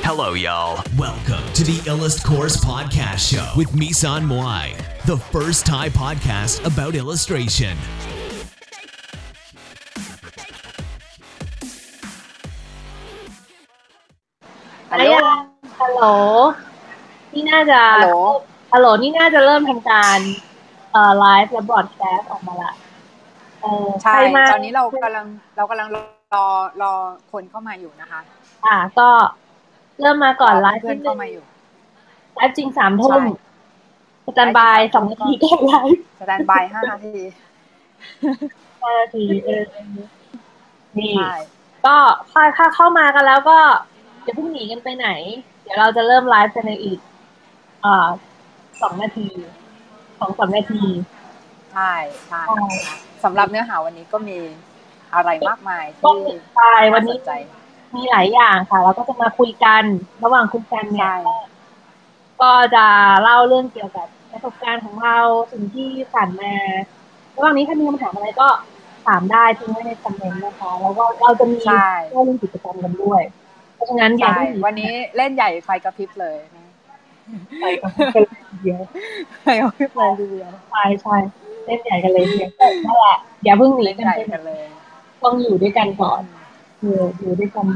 Hello, y'all. Welcome to the Illust Course Podcast Show with Misan Moai, the first Thai podcast about illustration. ฮัลโหลฮัลโหลนี่น่าจะฮัลโหลนี่น่าจะเริ่มทำการไลฟ์และบอดแคสต์ออกมาละใช่ตอนนี้เรากำลังรอคนเข้ามาอยู่นะคะก็เริ่มมาก่อนไลฟ์เพื่อนเข้ามาอยู่ไลฟ์จริง3 ทุ่มสแตนบาย2 นาทีก็ไลฟ์สแตนบาย5 นาที 5 นาทีนี่ก็ถ้าเข้ามากันแล้วก็อย่าเพิ่งหนีกันไปไหนเดี๋ยวเราจะเริ่มไลฟ์กันในอีก2 นาที 2-3 นาทีใช่สำหรับเนื้อหาวันนี้ก็มีอะไรมากมายที่วันนี้มีหลายอย่างค่ะเราก็จะมาคุยกันระหว่างคุณแฟนเนี่ยก็จะเล่าเรื่องเกี่ยวกับประสบการณ์ของเราสิ่งที่ผ่านมาระหว่างนี้ถ้ามีคำถามอะไรก็ถามได้ทิ้งไว้ในคอมเมนต์นะคะแล้วก็เราจะมีเรื่องกิจกรรมกันด้วยเพราะฉะนั้นวันนี้เล่นใหญ่ไฟกระพริบเลยนะไฟกระพริบเดียวไฟกระพริบเลยทีเดียวใช่เล่นใหญ่กันเลยเดียวนั่นแหละอย่าเพิ่งหนีกันเลยต้องอยู่ด้วยกันก่อนอยู่ด้วยกัน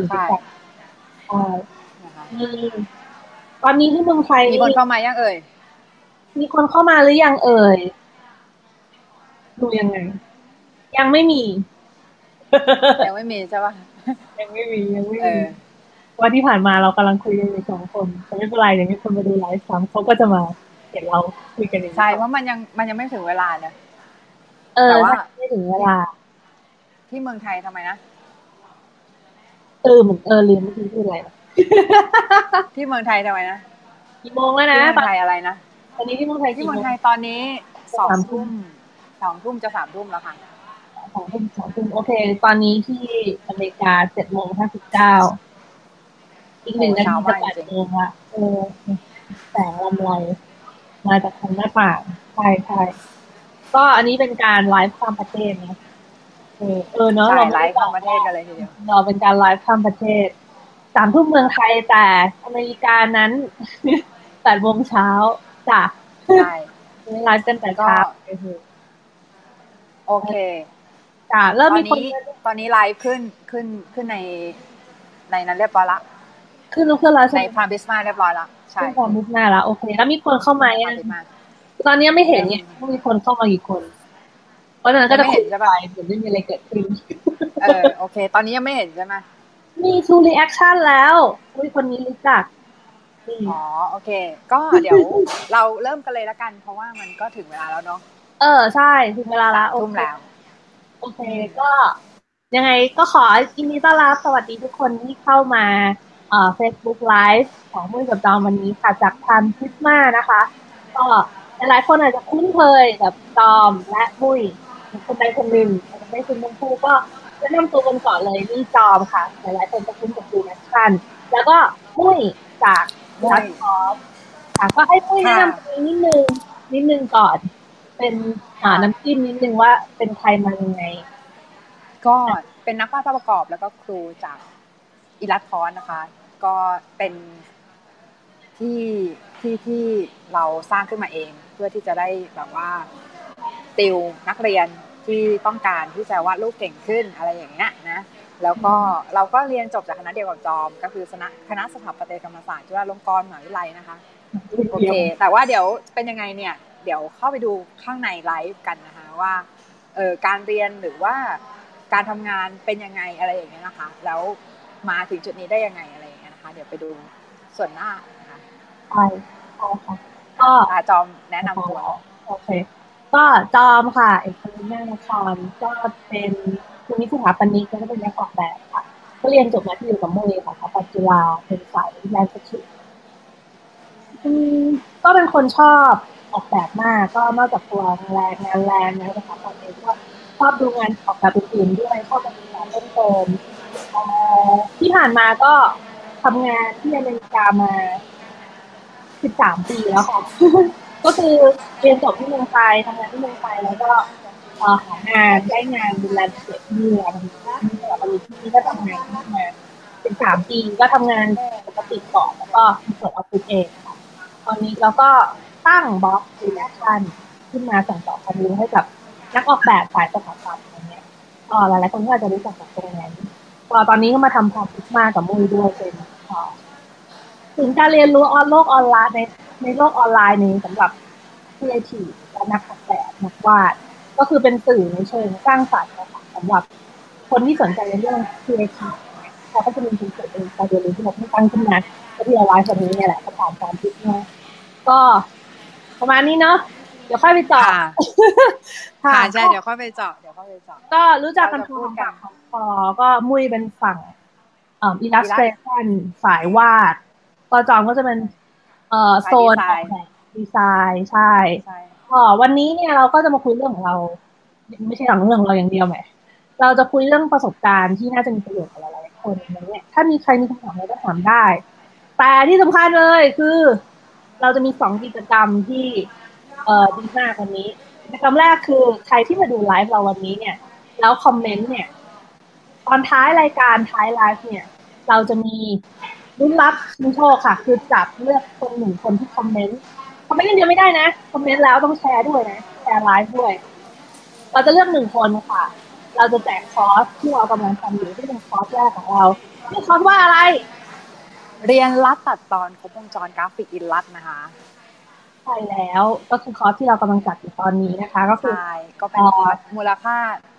ตอนนี้ที่เมืองไทยมีคนเข้ามายังเอ่ยมีคนเข้ามาหรือยังเอ่ยดูยังไงยังไม่มีใช่ป่ะยังไม่มีวันที่ผ่านมาเรากำลังคุยกันอยู่2 คนแต่ไม่เป็นไรเดี๋ยวมีคนมาดูไลฟ์ซ้ำเขาก็จะมาเห็นเราคุยกันเองใช่เพราะมันยังไม่ถึงเวลาเนี่ยแต่ว่าไม่ถึงเวลาที่เมืองไทยทำไมนะเหมือนลืมเมื่อกี้พูดอะไรที่เมืองไทยทำไมนะกี่โมงแล้วนะที่เมืองไทยอะไรนะตอนนี้ที่เมืองไทยตอนนี้2 ทุ่ม2 ทุ่มจะ3 ทุ่มแล้วค่ะ 2 ทุ่มโอเคตอนนี้ที่อเมริกา7:59อีก1 นาทีจะ8 โมงละแสงลำไรมาจากทางหน้าต่างใช่ก็อันนี้เป็นการไลฟ์ข้ามประเทศนะเนาะเราไลฟ์ข้ามประเทศกันเลยทีเดียวเราเป็นการไลฟ์ข้ามประเทศ3 ทุ่มเมืองไทยแต่อเมริกานั้น8 โมงเช้าจ้ะใช่ไลฟ์กันแต่เช้าโอเคจ้ะเริ่มมีคนตอนนี้ไลฟ์ขึ้นในนั้นเรียบร้อยละขึ้นแล้วในพรามบิสมาเรียบร้อยละใช่พรามบิสมาแล้วโอเคแล้วมีคนเข้ามาตอนนี้ไม่เห็นเนี่ยมีคนเข้ามากี่คนเพราะฉะนั้นก็จะเห็นใช่ป่ะเดี๋ยวไม่มีอะไรเกิดขึ้นโอเคตอนนี้ยังไม่เห็นใช่ไหมมี 2 reaction แล้วคนนี้รู้จักโอเคก็เดี๋ยวเราเริ่มกันเลยละกันเพราะว่ามันก็ถึงเวลาแล้วเนาะใช่ถึงเวลาแล้วทุ่มแล้วโอเคก็ยังไงก็ขอยินดีต้อนรับสวัสดีทุกคนที่เข้ามาFacebook Live ของมุ้ยกับจอมวันนี้ค่ะจากทันพิสมานะคะก็หลายคนอาจจะคุ้นเคยกับจอมและมุ้ยคนใดคนหนึ่งอาจจะไม่คุ้นทั้งคู่ก็แนะนำตัวกันก่อนเลยนี่จอมค่ะหลายคนจะคุ้นกับดูแอคชั่นแล้วก็มุ้ยจากรัฐคอฟก็ให้มุ้ยแนะนำตัวนิดนึงก่อนเป็นน้ำจิ้มนิดนึงว่าเป็นใครมายังไงก็เป็นนักวาดภาพประกอบแล้วก็ครูจากอิรัตคอร์สนะคะก็เป็นที่เราสร้างขึ้นมาเองเพื่อที่จะได้แบบว่าติวนักเรียนที่ต้องการที่จะวาดรูปเก่งขึ้นอะไรอย่างเงี้ยนะแล้วก็เราก็เรียนจบจากคณะเดียวกับจอมก็คือคณะสถาปัตยกรรมศาสตร์จุฬาลงกรณ์มหาวิทยาลัยนะคะโอเคแต่ว่าเดี๋ยวเป็นยังไงเนี่ยเดี๋ยวเข้าไปดูข้างในไลฟ์กันนะคะว่าการเรียนหรือว่าการทำงานเป็นยังไงอะไรอย่างเงี้ยนะคะแล้วมาถึงจุดนี้ได้ยังไงอะไรอย่างเงี้ยนะคะเดี๋ยวไปดูส่วนหน้านะคะใช่ค่ะก็จอมแนะนำตัวโอเคก็จอมค่ะเอกพลินนครก็เป็นภูมิสถาปนิกแล้วก็เป็นนักออกแบบค่ะก็เรียนจบมาที่อยู่กับมุ้ยค่ะปัจจุบันเป็นสายแลนด์สเคปก็เป็นคนชอบออกแบบมากก็นอกจากตัวงานแรงนะสถาปัตย์เองก็ชอบดูงานออกแบบอื่นๆด้วยชอบการศึกษาเพิ่มเติมที่ผ่านมาก็ทำงานที่อเมริกามา13 ปีแล้วค่ะก็คือเรียนจบที่เมืองไทยทำงานที่เมืองไทยแล้วก็หางานได้งานดูแลเด็กที่นี่แล้วที่นี่ก็ทำงานมา13 ปีก็ทำงานปกติติดก่อนแล้วก็เปิดออฟฟิศเองค่ะตอนนี้เราก็ตั้งบล็อกรีแอคชั่นขึ้นมาส่งต่อความรู้ให้กับนักออกแบบสายสถาปัตย์อะไรเงี้ยหลายๆคนก็อาจจะรู้จักจากตรงนั้นตอนนี้ก็มาทำความคิดมากกับมุ้ยด้วยเป็นถึงการเรียนรู้โลกออนไลน์ในโลกออนไลน์นี้สำหรับครีเอทีฟและนักออกแบบนักวาดก็คือเป็นสื่อในเชิงสร้างสรรค์นะคะสำหรับคนที่สนใจในเรื่องครีเอทีฟเขาก็จะมีสื่อเองการเรียนรู้ที่เราตั้งขึ้นมาที่เราไลฟ์วันนี้เนี่ยแหละประกอบการคิดมาก็ประมาณนี้เนาะเดี๋ยวค่อยไปเจาะค่ะใช่เดี๋ยวค่อยไปเจาะก็รู้จักกันพอก็มุ้ยเป็นฝั่งillustration สายวาดก็จอมก็จะเป็นโซนดีไซน์ใช่วันนี้เนี่ยเราก็จะมาคุยเรื่องของเราไม่ใช่เรื่องเราอย่างเดียวแหมเราจะคุยเรื่องประสบการณ์ที่น่าจะมีประโยชน์กับหลายๆคนอย่างเงี้ยถ้ามีใครมีคำถามอะไรก็ถามได้แต่ที่สำคัญเลยคือเราจะมี2กิจกรรมที่ดีมากวันนี้กิจกรรมแรกคือใครที่มาดูไลฟ์เราวันนี้เนี่ยแล้วคอมเมนต์เนี่ยตอนท้ายรายการท้ายไลฟ์เนี่ยเราจะมีลุ้นรับชิงโชคค่ะคือจับเลือกคน1คนที่คอมเมนต์อย่างเดียวไม่ได้นะคอมเมนต์แล้วต้องแชร์ด้วยนะแชร์ไลฟ์ด้วยเราจะเลือก1คนค่ะเราจะแจกคอร์สที่เรากำลังทำอยู่ที่เป็นคอร์สแรกของเรานี่คอร์สว่าอะไรเรียนรัดตัดตอนครบวงจรกราฟิกอินรัดนะคะใช่แล้วก็คือคอร์สที่เรากำลังจัดอยู่ตอนนี้นะคะก็คือก็เป็นคอร์สมูลค่า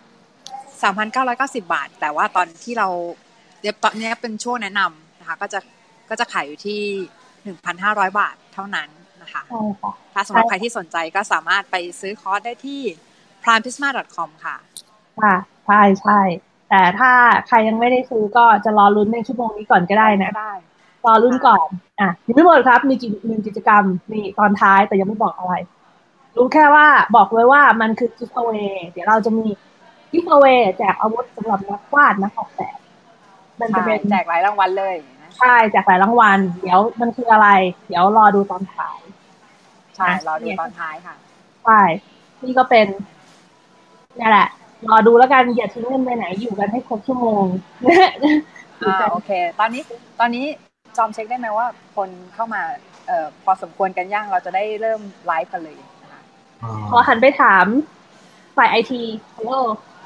3,990 บาทแต่ว่าตอนที่เราตอนนี้เป็นช่วงแนะนำนะคะก็จะขายอยู่ที่ 1,500 บาทเท่านั้นนะคะใช่ค่ะถ้าสำหรับใครที่สนใจก็สามารถไปซื้อคอร์สได้ที่ primepisma.com ค่ะค่ะใช่แต่ถ้าใครยังไม่ได้ซื้อก็จะรอลุ้นในชั่วโมงนี้ก่อนก็ได้นะรอลุ้นก่อนยังไม่หมดครับมีกิจกรรมนี่ตอนท้ายแต่ยังไม่บอกอะไรรู้แค่ว่าบอกเลยว่ามันคือ giveaway เดี๋ยวเราจะมี giveaway แจกอาวุธสำหรับนักวาดนักออกแบบมันจะเป็นแจกหลายรางวัลเลยใช่แจกหลายรางวัลเดี๋ยวมันคืออะไรเดี๋ยวรอดูตอนท้ายใช่รอดูตอนท้ายค่ะใช่นี่ก็เป็นนี่แหละรอดูแล้วกันอย่าทิ้งกันไปไหนอยู่กันให้ครบชั่วโมงโอเคตอนนี้จอมเช็คได้ไหมว่าคนเข้ามาพอสมควรกันย่างเราจะได้เริ่มไลฟ์กันเลยนะคะพอหันไปถามฝ่ายไอทีฮัลโหล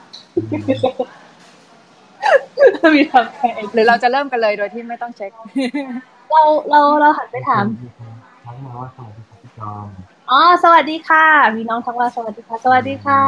มีทำหรือเราจะเริ่มกันเลยโดยที่ไม่ต้องเช็คเราหันไปถามทั้งมาว่าสวัสดีครับพี่จอมสวัสดีค่ะพี่น้องทั้งว่าสวัสดีค่ะสวัสดีค่ะ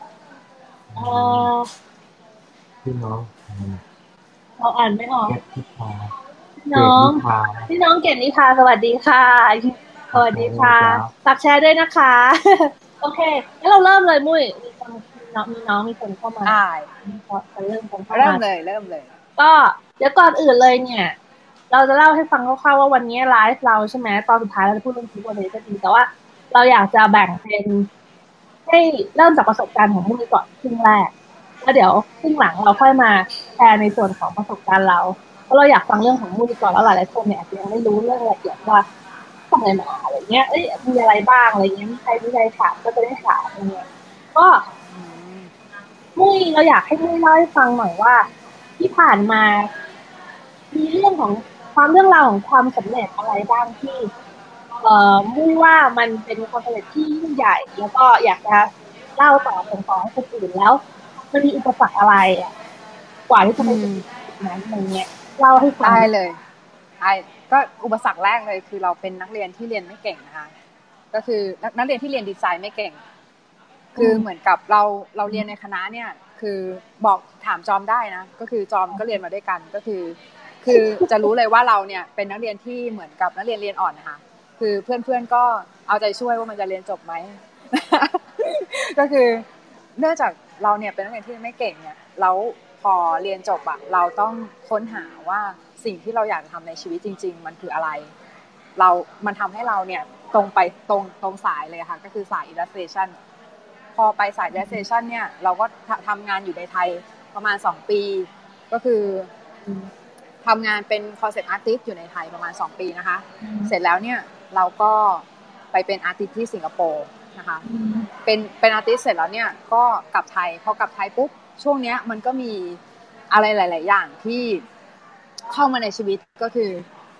พี่น้องเราอ่านไม่ออกพี่น้องเกดนิพาสวัสดีค่ะสวัสดีค่ะฝากแชร์ด้วยนะคะโอเคงั้นเราเริ่มเลยมุ้ยมีน้องมีคนเข้ามาเริ่มเลยก็เดี๋ยวก่อนอื่นเลยเนี่ยเราจะเล่าให้ฟังคร่าวๆว่าวันนี้ไลฟ์เราใช่ไหมตอนสุดท้ายเราจะพูดเรื่องคลิปวันนี้ก็ดีแต่ว่าเราอยากจะแบ่งเป็นให้เริ่มจากประสบการณ์ของมุ้ยก่อนครึ่งแรกแล้วเดี๋ยวครึ่งหลังเราค่อยมาแชร์ในส่วนของประสบการณ์เราเพราะเราอยากฟังเรื่องของมุ้ยก่อนแล้วหลายๆคนเนี่ยอาจจะยังไม่รู้เรื่องละเอียดว่าทำอะไรมาอะไรเงี้ยมีอะไรบ้างอะไรเงี้ยมีใครถามก็จะได้ถามอะไรเงี้ยก็มุ้ยเราอยากให้มุ้ยเล่าให้ฟังหน่อยว่าที่ผ่านมามีเรื่องของเรื่องราวของความสำเร็จอะไรบ้างที่มุ้ยว่ามันเป็นความสำเร็จที่ยิ่งใหญ่แล้วก็อยากจะเล่าต่อให้คนอื่นแล้วมันมีอุปสรรคอะไรกว่าที่จะไปถึงนั้นอะไรเงี้ยเล่าให้ฟังได้เลยก็อุปสรรคแรกเลยคือเราเป็นนักเรียนที่เรียนไม่เก่งนะคะก็คือนักเรียนที่เรียนดีไซน์ไม่เก่งคือเหมือนกับเราเรียนในคณะเนี่ยคือบอกถามจอมได้นะก็คือจอมก็เรียนมาด้วยกันก็คือจะรู้เลยว่าเราเนี่ยเป็นนักเรียนที่เหมือนกับนักเรียนอ่อนนะคะคือเพื่อนๆก็เอาใจช่วยว่ามันจะเรียนจบไหม ก็คือเนื่องจากเราเนี่ยเป็นนักเรียนที่ไม่เก่งเนี่ยแล้วพอเรียนจบอะเราต้องค้นหาว่าสิ่งที่เราอยากจะทำในชีวิตจริงๆมันคืออะไรมันทำให้เราเนี่ยตรงสายเลยค่ะก็คือสาย illustration พอไปสาย illustration เนี่ยเราก็ทำงานอยู่ในไทยประมาณ2ปีก็คือทำงานเป็น concept artist อยู่ในไทยประมาณ2ปีนะคะเสร็จแล้วเนี่ยเราก็ไปเป็นอาร์ติสต์ที่สิงคโปร์นะคะเป็นอาร์ติสต์เสร็จแล้วเนี่ยก็กลับไทยพอกลับไทยปุ๊บช่วงเนี้ยมันก็มีอะไรหลายๆอย่างที่เข้ามาในชีวิตก็คือ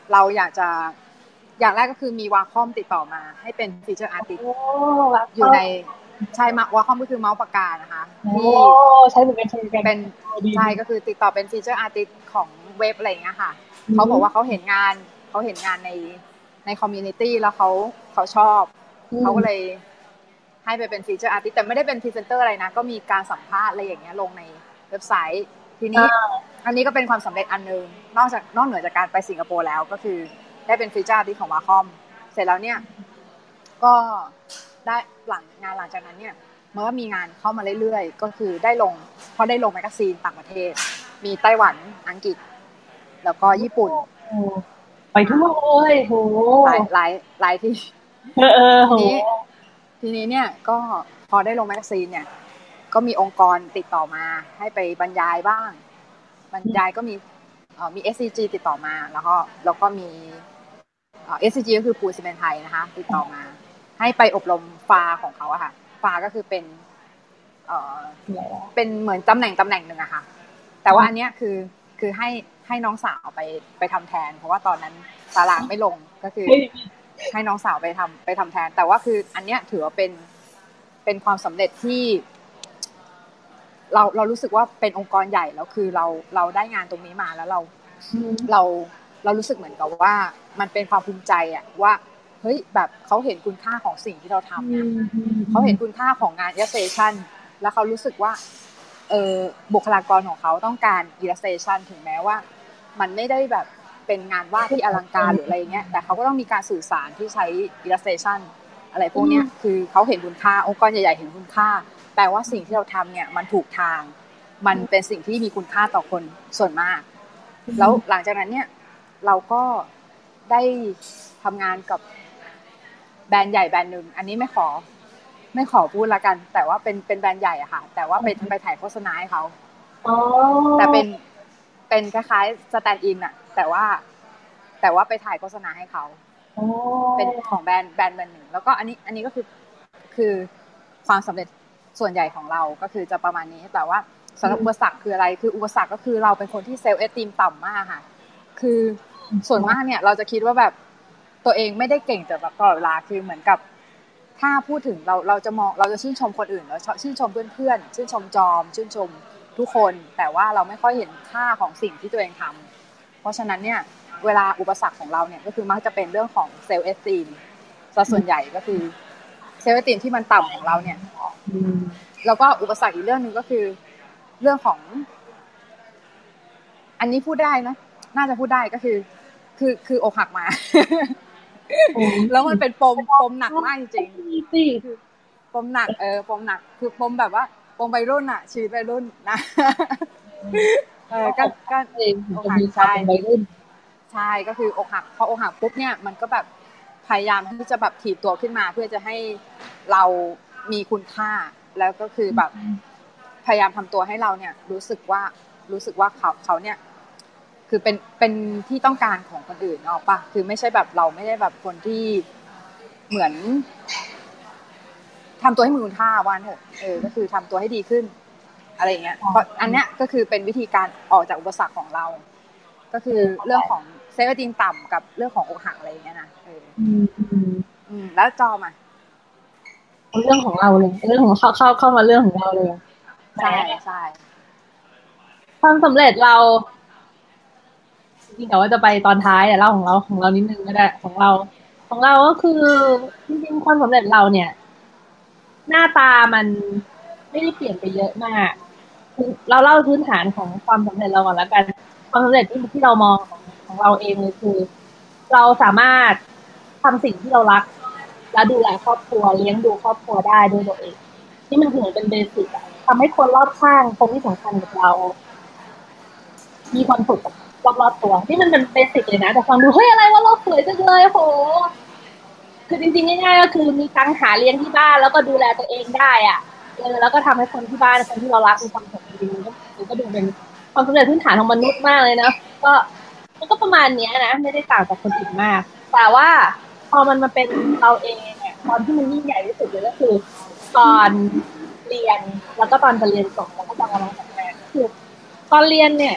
เราอยากจะอย่างแรกก็คือมีวาคอมติดต่อมาให้เป็นฟีเจอร์อาร์ติสต์อยู่ในใช่วาคอมก็คือเมาส์ปากกานะคะที่ใช้เหมือนกันเป็นใช่ก็คือติดต่อเป็นฟีเจอร์อาร์ติสต์ของเว็บอะไรอย่างเงี้ยค่ะเขาบอกว่าเขาเห็นงานในคอมมูนิตี้แล้วเขาชอบเขาก็เลยให้ไปเป็นฟีเจอร์อาร์ติสต์แต่ไม่ได้เป็นพรีเซนเตอร์อะไรนะก็มีการสัมภาษณ์อะไรอย่างเงี้ยลงในเว็บไซต์ทีนี้อันนี้ก็เป็นความสำเร็จอันนึงนอกเหนือจากการไปสิงคโปร์แล้วก็คือได้เป็นฟีเจอร์อาร์ติสต์ของวาคอมเสร็จแล้วเนี่ยก็ได้หลังจากนั้นเนี่ยมันก็มีงานเข้ามาเรื่อยๆก็คือได้ลงแมกกาซีนต่างประเทศมีไต้หวันอังกฤษแล้วก็ญี่ปุ่นไปทั่วเลยโหหลายที่ทีนี้เนี่ยก็พอได้ลงแมกกาซีนเนี่ยก็มีองค์กรติดต่อมาให้ไปบรรยายบ้างบรรยายก็มีSCG ติดต่อมาแล้วก็มีSCG ก็คือปูนซีเมนต์ไทยนะคะติดต่อมาให้ไปอบรมฟาของเขาอะค่ะฟาก็คือเป็นเหมือนตำแหน่งหนึ่งอะค่ะแต่ว่าอันเนี้ยคือให้น้องสาวไปทำแทนเพราะว่าตอนนั้นตารางไม่ลงก็คือให้น้องสาวไปทำแทนแต่ว่าคืออันเนี้ยถือว่าเป็นความสำเร็จที่เรารู้สึกว่าเป็นองค์กรใหญ่แล้วคือเราได้งานตรงนี้มาแล้วเรารู้สึกเหมือนกับว่ามันเป็นความภูมิใจอะว่าเฮ้ยแบบเขาเห็นคุณค่าของสิ่งที่เราทำนะเขาเห็นคุณค่าของงาน illustration แล้วเขารู้สึกว่าบุคลากรของเขาต้องการ illustration ถึงแม้ว่ามันไม่ได้แบบเป็นงานวาดที่อลังการหรืออะไรเงี้ยแต่เขาก็ต้องมีการสื่อสารที่ใช้ illustration อะไรพวกเนี้ยคือเขาเห็นคุณค่าองค์กรใหญ่ๆเห็นคุณค่าแปลว่าสิ่งที่เราทำเนี่ยมันถูกทางมันเป็นสิ่งที่มีคุณค่าต่อคนส่วนมากแล้วหลังจากนั้นเนี่ยเราก็ได้ทำงานกับแบรนด์ใหญ่แบรนด์นึงอันนี้ไม่ขอพูดละกันแต่ว่าเป็นแบรนด์ใหญ่อะค่ะแต่ว่าไปถ่ายโฆษณาให้เขาแต่เป็นคล้ายๆสแตนด์อินอะแต่ว่าไปถ่ายโฆษณาให้เขาเป็นของแบรนด์หนึ่งแล้วก็อันนี้ก็คือความสำเร็จส่วนใหญ่ของเราก็คือจะประมาณนี้แต่ว่าสำหรับอุปสรรคคืออะไรคืออุปสรรคก็คือเราเป็นคนที่เซลฟ์เอสติมต่ำมากค่ะคือส่วนมากเนี่ยเราจะคิดว่าแบบตัวเองไม่ได้เก่งแต่แบบตลอดเวลาคือเหมือนกับถ้าพูดถึงเราจะชื่นชมคนอื่นแล้วชื่นชมเพื่อนๆชื่นชมจอมชื่นชมทุกคนแต่ว่าเราไม่ค่อยเห็นค่าของสิ่งที่ตัวเองทำเพราะฉะนั้นเนี่ยเวลาอุปสรรคของเราเนี่ยก็คือมักจะเป็นเรื่องของเซลฟ์เอสติมส่วนใหญ่ก็คือเซลฟ์เอสติมที่มันต่ำของเราเนี่ยแล้วก็อุปสรรคอีกเรื่องนึงก็คือเรื่องของอันนี้พูดได้นะน่าจะพูดได้ก็คืออกหักมาแล้วมันเป็นปมหนักมากจริงๆคือปมหนักปมหนักคือปมแบบว่าปมวัยรุ่นอะชีวิตวัยรุ่นนะก็อกหักใช่ใช่ก็คืออกหักพออกหักปุ๊บเนี่ยมันก็แบบพยายามที่จะแบบถีบตัวขึ้นมาเพื่อจะให้เรามีคุณค่าแล้วก็คือแบบพยายามทำตัวให้เราเนี่ยรู้สึกว่าเขาเนี่ยคือเป็นที่ต้องการของคนอื่นเนาะป่ะคือไม่ใช่แบบเราไม่ได้แบบคนที่เหมือนทำตัวให้มีคุณค่าวันเถอะก็คือทำตัวให้ดีขึ้นอะไรอย่างเงี้ยเพราะอันเนี้ยก็คือเป็นวิธีการออกจากอุปสรรคของเราก็คือเรื่องของเซลฟ์เอสติมต่ำกับเรื่องของอกหักอะไรอย่างเงี้ยนะแล้วจอมาเรื่องของเราเลยเรื่องของเข้ามาเรื่องของเราเลยใช่ความสำเร็จเราจริงแต่ว่าจะไปตอนท้ายแต่เล่าของเรานิดนึงก็ได้ของเราก็คือจริงๆความสำเร็จเราเนี่ยหน้าตามันไม่ได้เปลี่ยนไปเยอะมากเราเล่าพื้นฐานของความสำเร็จเราก่อนแล้วกันความสำเร็จที่เรามองของเราเองเลยคือเราสามารถทำสิ่งที่เรารักและดูแลครอบครัวเลี้ยงดูครอบครัวได้ด้วยตัวเองนี่มันถือเป็นเบสิกทำให้คนรอบข้างคนที่สำคัญกับเรามีความสุขรอบๆตัวนี่มันเป็นเบสิกเลยนะแต่ฟังดูเฮ้ยอะไรว่าเราสวยจังเลยโหคือจริงๆง่ายๆก็คือมีตังค์หาเลี้ยงที่บ้านแล้วก็ดูแลตัวเองได้อ่ะแล้วก็ทำให้คนที่บ้านคนที่เรารักมีความสุขจริงๆก็ดูเป็นความสำเร็จพื้นฐานของมนุษย์มากเลยนะก็มันก็ประมาณนี้นะไม่ได้ต่างจากคนอื่นมากแต่ว่าพอมันมาเป็นเราเองเนี่ยตอนที่มันยิ่งใหญ่ที่สุดเลยก็คือตอนเรียนแล้วก็ตอนจะเรียนจบแล้วก็ตอนกำลังทำงานคือตอนเรียนเนี่ย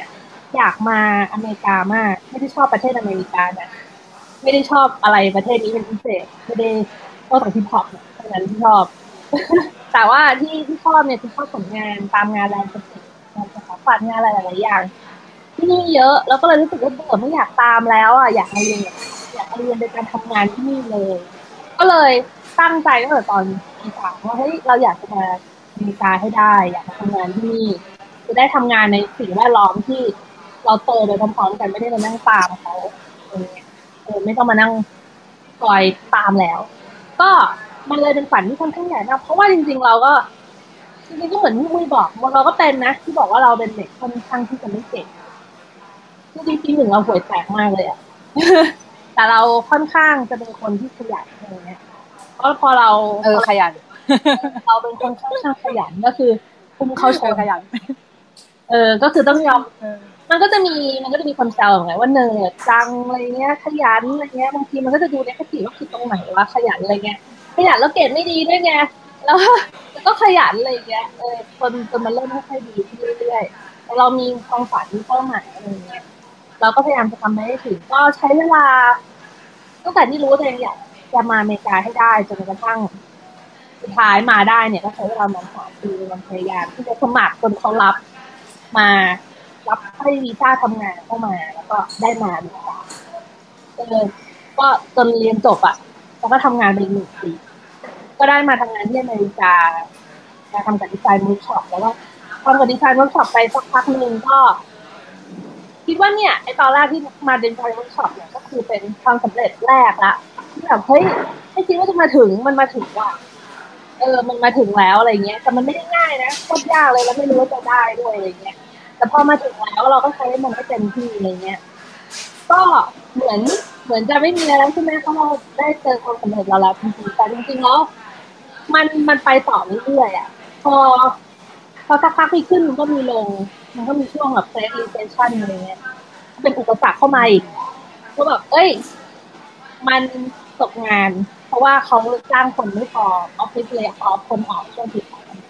อยากมาอเมริกามากไม่ได้ชอบประเทศอเมริกานะไม่ได้ชอบอะไรประเทศนี้เป็นพิเศษไม่ได้ชอบของฮิปฮอปเท่านั้นที่ชอบแต่ว่าที่ชอบเนี่ยคือชอบผลงานตามงานแลนด์สเคปงานสถาปัตย์งานอะไรหลายๆอย่างที่นี่เยอะแล้วก็เลยรู้สึกว่าเบื่อไม่อยากตามแล้วอ่ะอยากมาเรียนโดยการทำงานที่นี่เลยก็เลยตั้งใจตั้งแต่ตอนปี 3ว่าเฮ้ยเราอยากจะมาอเมริกาให้ได้อยากมาทำงานที่นี่จะได้ทำงานในสิ่งแวดล้อมที่เราโตโดยพร้อมๆกันไม่ได้มานั่งตามเขาไม่ต้องมานั่งคอยตามแล้วก็มันเลยเป็นฝันที่ค่อนข้างใหญ่มากเพราะว่าจริงๆเราก็จริงๆก็เหมือนที่มุ้ยบอกเราก็เป็นนะที่บอกว่าเราเป็นเด็กค่อนข้างที่จะไม่เก่งจริงๆปี 1เราห่วยแตกมากเลยอะ แต่เราค่อนข้างจะเป็นคนที่ขยันอะไรเงี้ยเพราะพอเราขยันเราเป็นคนค่อนข้างขยันก็คือคุมเขาโชว์ขยันก็คือต้องยอมมันก็จะมีคนแซวไงว่าเนิร์ดจังอะไรเงี้ยขยันอะไรเงี้ยบางทีมันก็จะดูในคติว่าคือตรงไหนวะขยันอะไรเงี้ยขยันแล้วเกรดไม่ดีด้วยไงแล้วก็ขยันอะไรเงี้ยจนมันเริ่มไม่ค่อยดีขึ้นเรื่อยๆแต่เรามีความฝันมีเป้าหมายอะไรเงี้ยเราก็พยายามจะทำให้ถึงก็ใช้เวลาตั้งแต่ที่รู้ว่าตัวเองอยากจะมาอเมริกาให้ได้จนกระทั่งสุดท้ายมาได้เนี่ยก็ใช้เวลาประมาณ3 ปีมันพยายามที่จะสมัครจนเขามารับให้วีซ่าทำงานเข้ามาแล้วก็ได้มาอเมริกาก็จนเรียนจบอ่ะแล้วก็ทำงานไปอีก1 ปี ก็ได้มาทำงานที่อเมริกาทำกับดีไซน์เวิร์กช็อปแล้วก็ทำกับดีไซน์เวิร์กช็อปไปสักพักนึงก็คิดว่าเนี่ยไอตอนแรกที่มาดีไซน์เวิร์กช็อปเนี่ยก็คือเป็นความสำเร็จแรกละที่แบบเฮ้ยไม่คิดว่าจะมาถึงมันมาถึงว่ะมันมาถึงแล้วอะไรเงี้ยแต่มันไม่ได้ง่ายนะโคตรยากเลยแล้วไม่รู้ว่าจะได้ด้วยอะไรเงี้ยแต่พอมาถึงแล้วเราก็ใช้มันให้เต็มที่อะไรเงี้ยก็เหมือนจะไม่มีอะไรแล้วใช่ไหมเพราะเราได้เจอความสำเร็จเราแล้วจริงๆแต่จริงๆแล้วมันไปต่อเรื่อยๆอ่ะพอสักพักมีขึ้นมันก็มีลงมันก็มีช่วงแบบเฟสรีเซชชั่นอะไรเงี้ยเป็นอุปสรรคเข้ามาอีกก็แบบเอ้ยมันตกงานเพราะว่าเขาจ้างคนไม่พอออฟฟิศเลยออฟคนออกช่วงปี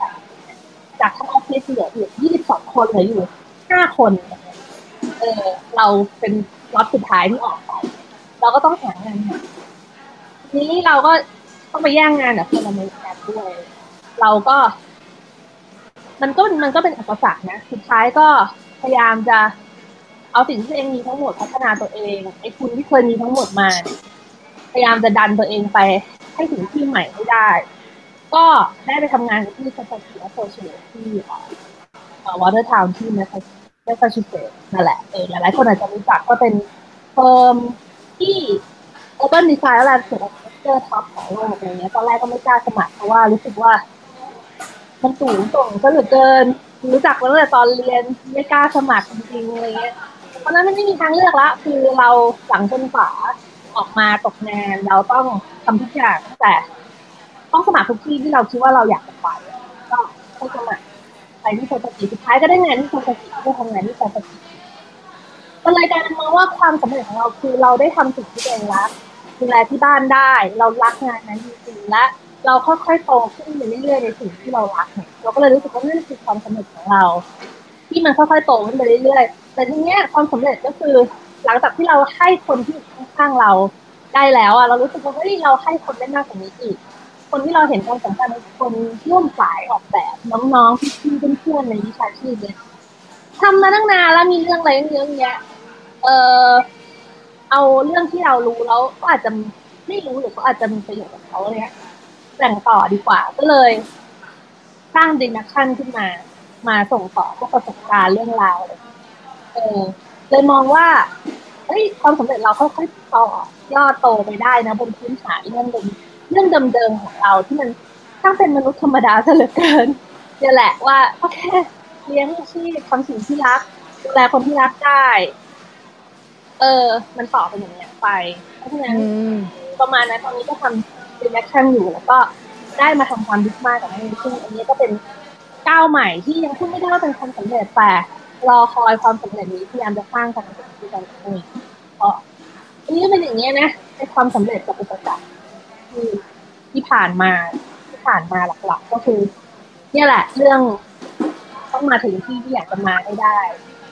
2023จากทั้งออฟฟิศเหลืออยู่22 คนเหลืออยู่5 คนเราเป็นล็อตสุดท้ายที่ออกไปเราก็ต้องหางานใหม่ทีนี้เราก็ต้องไปแย่งงานกับคนอเมริกันด้วยเราก็มันก็เป็นอุปสรรคนะสุดท้ายก็พยายามจะเอาสิ่งที่ตัวเองมีทั้งหมดพัฒนาตัวเองไอ้ทุนที่เคยมีทั้งหมดมาพยายามจะดันตัวเองไปให้ถึงที่ใหม่ให้ได้ก็ได้ไปทำงานที่สตาร์ทอัพโซเชียลที่วอเตอร์ทาวน์ที่แมสซาชูเซตส์นั่นแหละหลายๆคนอาจจะรู้จักก็เป็นเฟิร์มที่Urban Design และ Landscape Architecture ท็อปของโลกอะไรเงี้ยตอนแรกก็ไม่กล้าสมัครเพราะว่ารู้สึกว่ามันสูงส่งก็เหลือเกินรู้จักมาตั้งแต่ตอนเรียนไม่กล้าสมัครจริงๆอะไรเงี้ยเพราะนั้นมันไม่มีทางเลือกละคือเราหลังจนฝาออกมาตกงานเราต้องทำทุกอย่างแต่ต้องสมัครทุกที่ที่เราคิดว่าเราอยากจะไปก็ต้องสมัครไปที่โซซากิสุดท้ายก็ได้งานที่โซซากิได้ทำงานที่โซซากิเป็นรายการมองว่าความสำเร็จของเราคือเราได้ทำสิ่งที่ตัวเองรักดูแลที่บ้านได้เรารักงานนั้นจริงๆและเราค่อยๆโตขึ้นไปเรื่อยๆในสิ่งที่เรารักเราก็เลยรู้สึกว่านั่นคือความสำเร็จของเราที่มันค่อยๆโตขึ้นไปเรื่อยๆแต่ทีเนี้ยความสำเร็จก็คือหลังจากที่เราให้คนที่อยู่ข้างๆเราได้แล้วอ่ะเรารู้สึกว่าเฮ้ยเราให้คนได้มากกว่านี้อีกคนที่เราเห็นความสำคัญในคนร่วมสายออกแบบน้องๆพี่ๆเพื่อนๆในวิชาชีพเนี่ยทำมาตั้งนานแล้วมีเรื่องอะไรเยอะแยะเอาเรื่องที่เรารู้แล้วก็อาจจะไม่รู้หรือเขาอาจจะมีประโยชน์กับเขาเนี่ยแบ่งต่อดีกว่าก็เลยสร้างดินักชันขึ้นมาส่งต่อพวกประสบการณ์เรื่องราวเลยมองว่าความสำเร็จเราค่อยๆต่อยอดโตไปได้นะบนพื้นฐานเรื่องเดิมๆของเราที่มันช่างเป็นมนุษย์ธรรมดาซะเหลือเกินนี่แหละว่าโอเคเลี้ยงชีพทำสิ่งที่รักดูแลคนที่รักได้มันต่อเป็นอย่างนี้ไปเพราะฉะนั้นประมาณนั้นตอนนี้ก็ทำเป็นแอคชั่นอยู่แล้วก็ได้มาทำความดิสมากับนี่ซึ่งอันนี้ก็เป็นก้าวใหม่ที่ยังพูดไม่ได้ว่าเป็นความสำเร็จแต่รอคอยความสำเร็จนี้พยายามจะสร้างความสำเร็จที่กันเองก็อันนี้ก็เป็นอย่างนี้นะในความสำเร็จกับอุปสรรคที่ผ่านมาหลักๆก็คือเนี่ยแหละเรื่องต้องมาถึงที่อยากจะมาให้ได้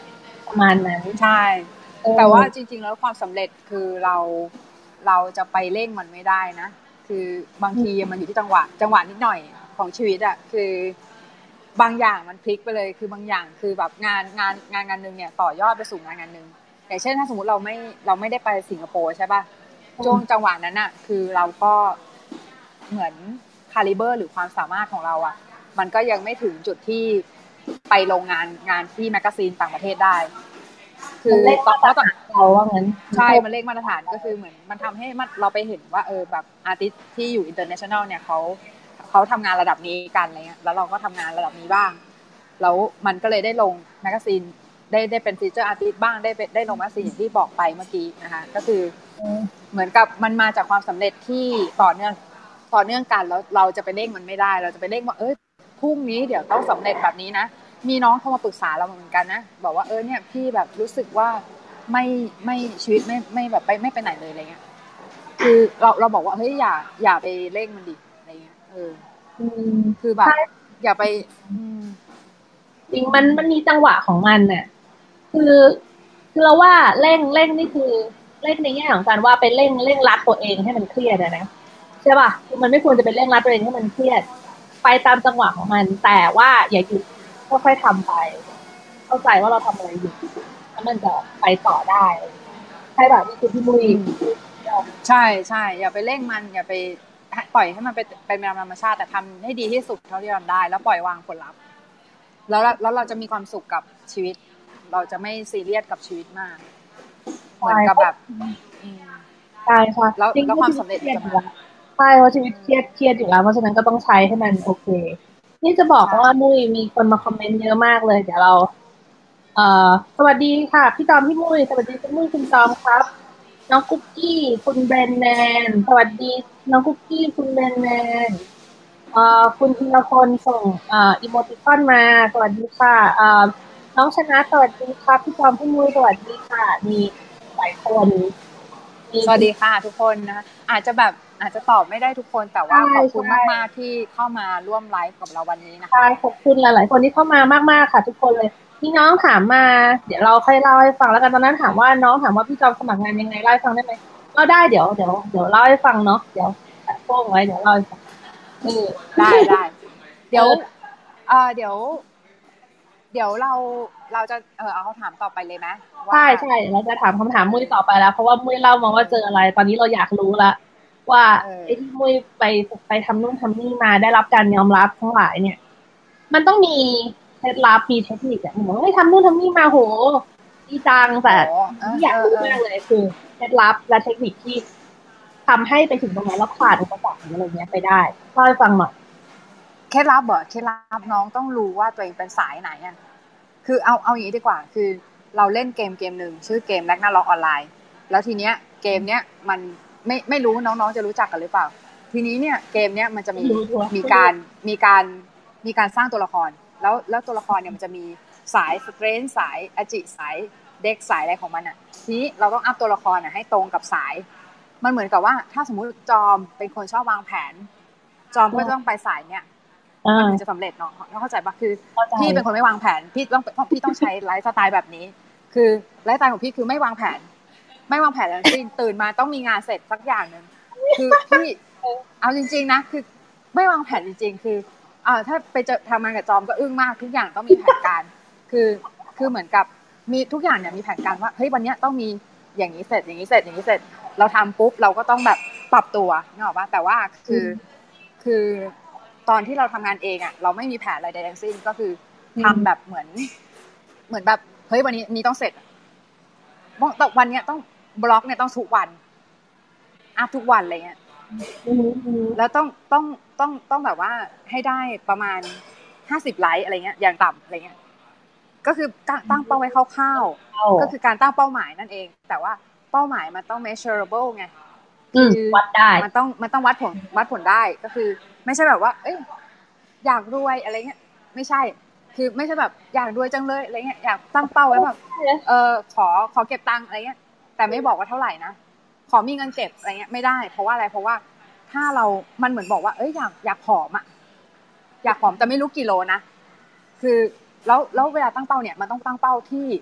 ประมาณนั้นใช่แต่ว่าจริงๆแล้วความสำเร็จคือเราจะไปเร่งมันไม่ได้นะคือบางทีมันอยู่ที่จังหวะนิดหน่อยของชีวิตอ่ะคือบางอย่างมันพลิกไปเลยคือบางอย่างคือแบบงานนึงเนี่ยต่อยอดไปสู่งานนึงอย่างเช่นถ้าสมมติเราไม่ได้ไปสิงคโปร์ใช่ป่ะช่วงจังหวะนั้นอ่ะคือเราก็เหมือนคาลิเบอร์หรือความสามารถของเราอ่ะมันก็ยังไม่ถึงจุดที่ไปลงงานที่แมกกาซีนต่างประเทศได้คือเพราะตอนเราว่างั้นใช่มันเลขมาตรฐานก็คือเหมือนมันทำให้เราไปเห็นว่าแบบอาร์ติสต์ที่อยู่อินเตอร์เนชั่นแนลเนี่ยเขาทำงานระดับนี้กันอะไรเงี้ยแล้วเราก็ทำงานระดับนี้บ้างแล้วมันก็เลยได้ลงแมกกาซีนได้เป็นฟีเจอร์อาร์ติสต์บ้างได้ลงแมกกาซีนอย่างที่บอกไปเมื่อกี้นะคะก็คือเหมือนกับมันมาจากความสำเร็จที่ต่อเนื่องกันแล้วเราจะไปเร่งมันไม่ได้เราจะไปเร่งว่าพรุ่งนี้เดี๋ยวต้องสำเร็จแบบนี้นะมีน้องเข้ามาปรึกษาเราเหมือนกันนะบอกว่าเนี่ยพี่แบบรู้สึกว่าไม่ชีวิตไม่แบบไม่ไปไหนเลยอะไรเงี้ยคือเราบอกว่าเฮ้ยอย่าไปเร่งมันดิอะไรเงี้ยคือแบบอย่าไปจริงมันมีจังหวะของมันน่ะคือเราว่าเร่งนี่คือเร่งในแง่ของการว่าไปเร่งรัดตัวเองให้มันเครียดนะใช่ป่ะคือมันไม่ควรจะเป็นเร่งรัดตัวเองให้มันเครียดไปตามจังหวะของมันแต่ว่าอย่าหยุดค่อยๆทำไปเข้าใจว่าเราทำอะไรอยู่แล้วมันจะไปต่อได้ใช่แบบนี่คือพี่มุ้ยใช่ใช่อย่าไปเร่งมันอย่าไปปล่อยให้มันเป็นธรรมชาติแต่ทำให้ดีที่สุดเท่าที่ทำได้แล้วปล่อยวางผลลัพธ์แล้วเราจะมีความสุขกับชีวิตเราจะไม่ซีเรียสกับชีวิตมากเหมือนกับแบบใช่ค่ะแล้วความสำเร็จจะมาใช่เพราะชีวิตเครียดอยู่แล้วเพราะฉะนั้นก็ต้องใช้ให้มันโอเคนี่จะบอกว่ามุ้ยมีคนมาคอมเมนต์เยอะมากเลยเดี๋ยวเราสวัสดีค่ะพี่จอมพี่มุ้ยสวัสดีคุณมุ้ยคุณจอมครับน้องกุ๊กกี้คุณแบรนแนนสวัสดีน้องกุ๊กกี้คุณแบรนแนนคุณธีรพลส่งอีโมติคอนมาสวัสดีค่ะน้องชนะสวัสดีค่ะพี่จอมพี่มุ้ยสวัสดีค่ะมีหลายคนสวัสดีค่ะทุกคนนะอาจจะตอบไม่ได้ทุกคนแต่ว่าขอบคุณมากๆที่เข้ามาร่วมไลฟ์กับเราวันนี้นะคะใช่ขอบคุณหลายๆคนที่เข้ามามากๆค่ะทุกคนเลยพี่น้องถามมาเดี๋ยวเราค่อยเล่าให้ฟังแล้วกันตอนนั้นถามว่าน้องถามว่าพี่จอมสมัครงานยังไงเล่าให้ฟังได้ไหมก็ได้เดี๋ยวเล่าให้ฟังเนาะเดี๋ยวแปะโป้งไว้เดี๋ยวเล่าให้ฟังได้เดี๋ยวเดี๋ยวเราจะเอาคำถามต่อไปเลยไหมใช่เราจะถามคำถามมุ้ยต่อไปแล้วเพราะว่ามุ้ยเล่ามาว่าเจออะไรตอนนี้เราอยากรู้ละว่าไอ้ที่มุ้ยไปทำนู่นทำนี่มาได้รับการยอมรับทั้งหลายเนี่ยมันต้องมีเคล็ดลับมีเทคนิคอะผมไม่ทำนู่นทำนี่มาโหดีจังแต่ที่อยากรู้มากเลยคือเคล็ดลับและเทคนิคที่ทำให้ไปถึงตรงนั้นแล้วผ่านอุปสรรคอะไรเงี้ยไปได้เล่าให้ฟังหน่อยเคล็ดลับเคล็ดลับน้องต้องรู้ว่าตัวเองเป็นสายไหนอ่ะคือเอาอย่างนี้ดีกว่าคือเราเล่นเกมหนึ่งชื่อเกมแร็กนาร็อกออนไลน์แล้วทีเนี้ยเกมเนี้ยมันไม่รู้น้องๆจะรู้จักกันหรือเปล่าทีนี้เนี่ยเกมเนี้ยมันจะมีการสร้างตัวละครแล้วตัวละครเนี่ยมันจะมีสายสเตรนท์สายอจิสายเด็กสายอะไรของมันอ่ะทีนี้เราต้องอัพตัวละครให้ตรงกับสายมันเหมือนกับว่าถ้าสมมุติจอมเป็นคนชอบวางแผนจอมก็ต้องไปสายเนี่ยมันถึงจะสำเร็จเนาะเข้าใจปะคือพี่เป็นคนไม่วางแผนพี่ต้องใช้ไลฟ์สไตล์แบบนี้คือไลฟ์สไตล์ของพี่คือไม่วางแผนแล้วตื่นมาต้องมีงานเสร็จสักอย่างนึงคือพี่เอาจริงๆนะคือไม่วางแผนจริงๆคือถ้าไปเจอทำงานกับจอมก็อึ้งมากทุกอย่างต้องมีแผนการคือเหมือนกับมีทุกอย่างเนี่ยมีแผนการว่าเฮ้ยวันนี้ต้องมีอย่างนี้เสร็จเราทำปุ๊บเราก็ต้องแบบปรับตัวนึกออกปะแต่ว่าคือตอนที่เราทำงานเองอ่ะเราไม่มีแผนอะไรใดทั้งสิ้นก็คือทำแบบเหมือนแบบเฮ้ยวันนี้ต้องเสร็จวันนี้ต้องบล็อกเนี่ยต้องทุกวันอัพทุกวันอะไรเงี้ยแล้วต้องแบบว่าให้ได้ประมาณ50ไลค์อะไรเงี้ยอย่างต่ำอะไรเงี้ยก็คือตั้งเป้าไว้คร่าวๆก็คือการตั้งเป้าหมายนั่นเองแต่ว่าเป้าหมายมันต้อง measurable ไงคือวัดได้มันต้องวัดผลได้ก็คือไม่ใช่แบบว่าอยากรวยอะไรเงี้ยไม่ใช่คือไม่ใช่แบบอยากรวยจังเลยอะไรเงี้ยอยากตั้งเป้าไว้แบบขอเก็บตังค์อะไรเงี้ยแต่ไม่บอกว่าเท่าไหร่นะขอมีเงินเก็บอะไรเงี้ยไม่ได้เพราะว่าอะไรเพราะว่าถ้ามันเหมือนบอกว่าอยากผอมอ่ะแต่ไม่รู้กี่โลนะคือแล้วเวลาตั้งเป้าเนี่ยมันต้องตั้งเป้าที่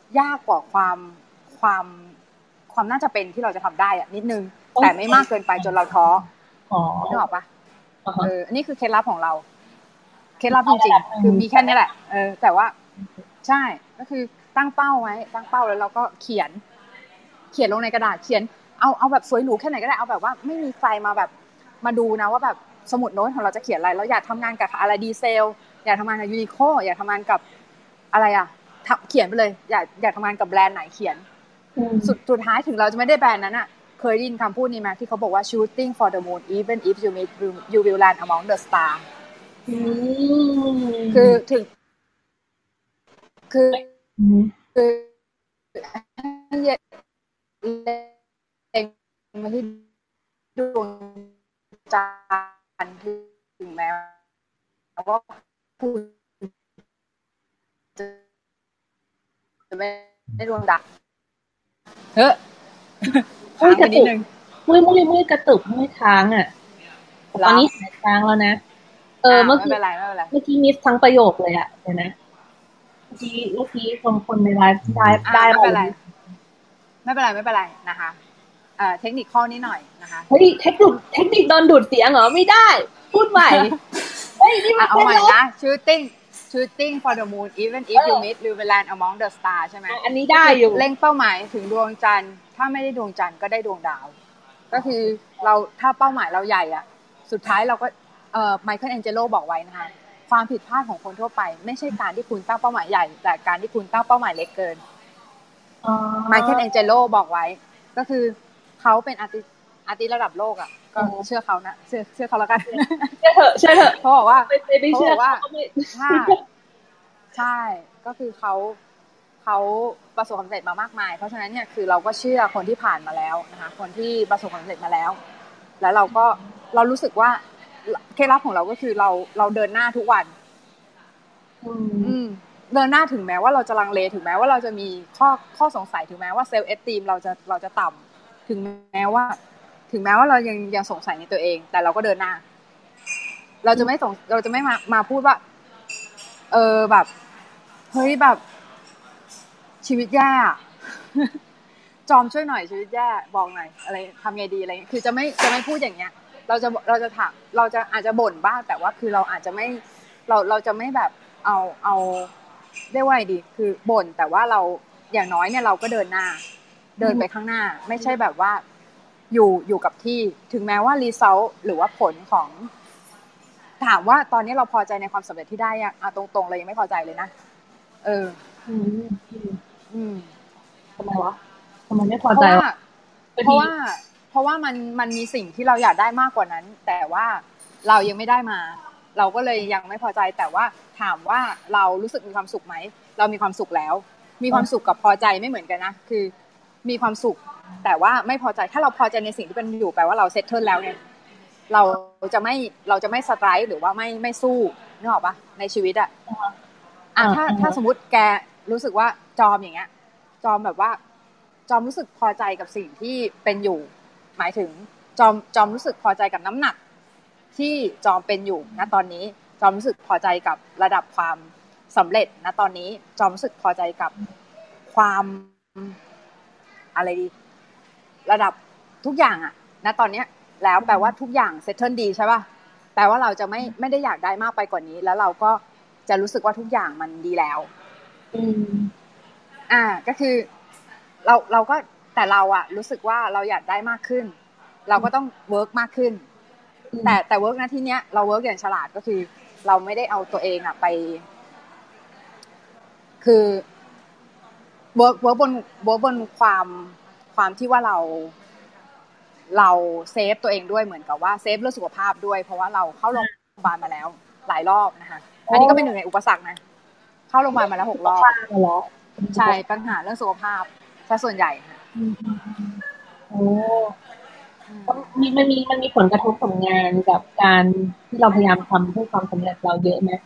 ยากกว่าความความน่าจะเป็นที่เราจะทำได้อะนิดนึงแต่ไม่มากเกินไปจนเราท้อนึกออกปะอันนี้คือเคล็ดลับของเราเคล็ดลับจริงๆคือมีแค่นี้แหละแต่ว่าใช่ก็คือตั้งเป้าไว้ตั้งเป้าแล้วเราก็เขียนลงในกระดาษเขียนเอาแบบสวยหรูแค่ไหนก็ได้เอาแบบว่าไม่มีใครมาแบบมาดูนะว่าแบบสมุดโน้ตของเราจะเขียนอะไรเราอยากทำงานกับอะไรดีเซลอยากทำงานกับยูนิโคอยากทำงานกับอะไรอ่ะเขียนไปเลยอยากทำงานกับแบรนด์ไหนเขียนสุดท้ายถึงเราจะไม่ได้แบรนด์นั้นอ่ะเคยได้ยินคำพูดนี้ไหมที่เขาบอกว่า shooting for the moon even if you will land among the star คือถึงคือเล็งมาที่ดวงจันทร์ถึงแม้ว่าคุณจะไม่ได้ดวงดักมุ้ยกระตุกมุ้ยกระตุกมุ้ยค้างอ่ะตอนนี้หายค้างแล้วนะเมื่อกี้มิสทั้งประโยคเลยอ่ะเดี๋ยวนะเมื่อกี้คนในไลฟ์ได้ไม่เป็นไรนะคะเทคนิคข้อนี้หน่อยนะคะเฮ้ยเทคนิคโดนดูดเสียงเหรอไม่ได้พูดใหม่เฮ้ยนี่มันเอาใหม่นะ shooting for the moon even if you will land among the stars ใช่ไหมอันนี้ได้อยู่เล็งเป้าหมายถึงดวงจันทร์ถ้าไม่ได้ดวงจันทร์ก็ได้ดวงดาวก็คือเราถ้าเป้าหมายเราใหญ่อะสุดท้ายเราก็ไมเคิลแองเจโลบอกไว้นะคะความผิดพลาดของคนทั่วไปไม่ใช่การที่คุณตั้งเป้าหมายใหญ่แต่การที่คุณตั้งเป้าหมายเล็กเกินไมเคิลแองเจโลบอกไว้ก็คือเขาเป็นอาร์ติสระดับโลกอ่ะก็เชื่อเขานะเชื่อเขาแล้วกันเชื่อเถอะเขาบอกว่าไม่เชื่อว่าใช่ก็คือเขาประสบความสำเร็จมามากมายเพราะฉะนั้นเนี่ยคือเราก็เชื่อคนที่ผ่านมาแล้วนะคะคนที่ประสบความสำเร็จมาแล้วแล้วเรารู้สึกว่าเคล็ดลับของเราก็คือเราเดินหน้าทุกวันเดินหน้าถึงแม้ว่าเราจะลังเลถึงแม้ว่าเราจะมีข้อสงสัยถึงแม้ว่าเซลล์เอสตีมเราจะต่ำถึงแม้ว่าเรายังสงสัยในตัวเองแต่เราก็เดินหน้าเราจะไม่มาพูดว่าแบบเฮ้ยแบบชีวิตแย่จอมช่วยหน่อยชีวิตแย่บอกหน่อยอะไรทำไงดีอะไรคือจะไม่พูดอย่างเงี้ยเราจะถามเราจะอาจจะบ่นบ้างแต่ว่าคือเราอาจจะไม่เราจะไม่แบบเอาเรียกว่าไงดีคือบ่นแต่ว่าเราอย่างน้อยเนี่ยเราก็เดินหน้าเดินไปข้างหน้าไม่ใช่แบบว่าอยู่กับที่ถึงแม้ว่ารีซัลต์หรือว่าผลของถามว่าตอนนี้เราพอใจในความสำเร็จที่ได้ยังตรงๆเลยยังไม่พอใจเลยนะทำไมวะทำไมไม่พอใจเพราะว่ามันมีสิ่งที่เราอยากได้มากกว่านั้นแต่ว่าเรายังไม่ได้มาเราก็เลยยังไม่พอใจแต่ว่าถามว่าเรารู้สึกมีความสุขไหมเรามีความสุขแล้วมีความสุขกับพอใจไม่เหมือนกันนะคือมีความสุขแต่ว่าไม่พอใจถ้าเราพอใจในสิ่งที่เป็นอยู่แปลว่าเราเซตเทิลแล้วเนี่ยเราจะไม่สไตรค์หรือว่าไม่สู้นึกออกปะในชีวิตอ่ะถ้าสมมติแกรู้สึกว่าจอมอย่างเงี้ยจอมแบบว่าจอมรู้สึกพอใจกับสิ่งที่เป็นอยู่หมายถึงจอมรู้สึกพอใจกับน้ำหนักที่จอมเป็นอยู่ณตอนนี้จอมรู้สึกพอใจกับระดับความสำเร็จณตอนนี้จอมรู้สึกพอใจกับความอะไรดีระดับทุกอย่างอะณตอนนี้แล้วแปลว่าทุกอย่างเซตเทิลดีใช่ป่ะแปลว่าเราจะไม่ได้อยากได้มากไปกว่านี้แล้วเราก็จะรู้สึกว่าทุกอย่างมันดีแล้วก็คือเราก็แต่เราอะรู้สึกว่าเราอยากได้มากขึ้นเราก็ต้องเวิร์กมากขึ้นแต่เวิร์กนะที่เนี้ยเราเวิร์กอย่างฉลาดก็คือเราไม่ได้เอาตัวเองอะไปคือเวิร์กบนความที่ว่าเราเซฟตัวเองด้วยเหมือนกับว่าเซฟเรื่องสุขภาพด้วยเพราะว่าเราเข้าโรงพยาบาลมาแล้วหลายรอบนะคะอันนี้ก็เป็นหนึ่งในอุปสรรคนะเข้าโรงพยาบาลมาแล้ว6 รอบใช่ปัญหาเรื่องสุขภาพซะส่วนใหญ่ค่ะมันมีผลกระทบกับงานกับการที่เราพยายามทำเพื่อความสำเร็จเราเยอะไหม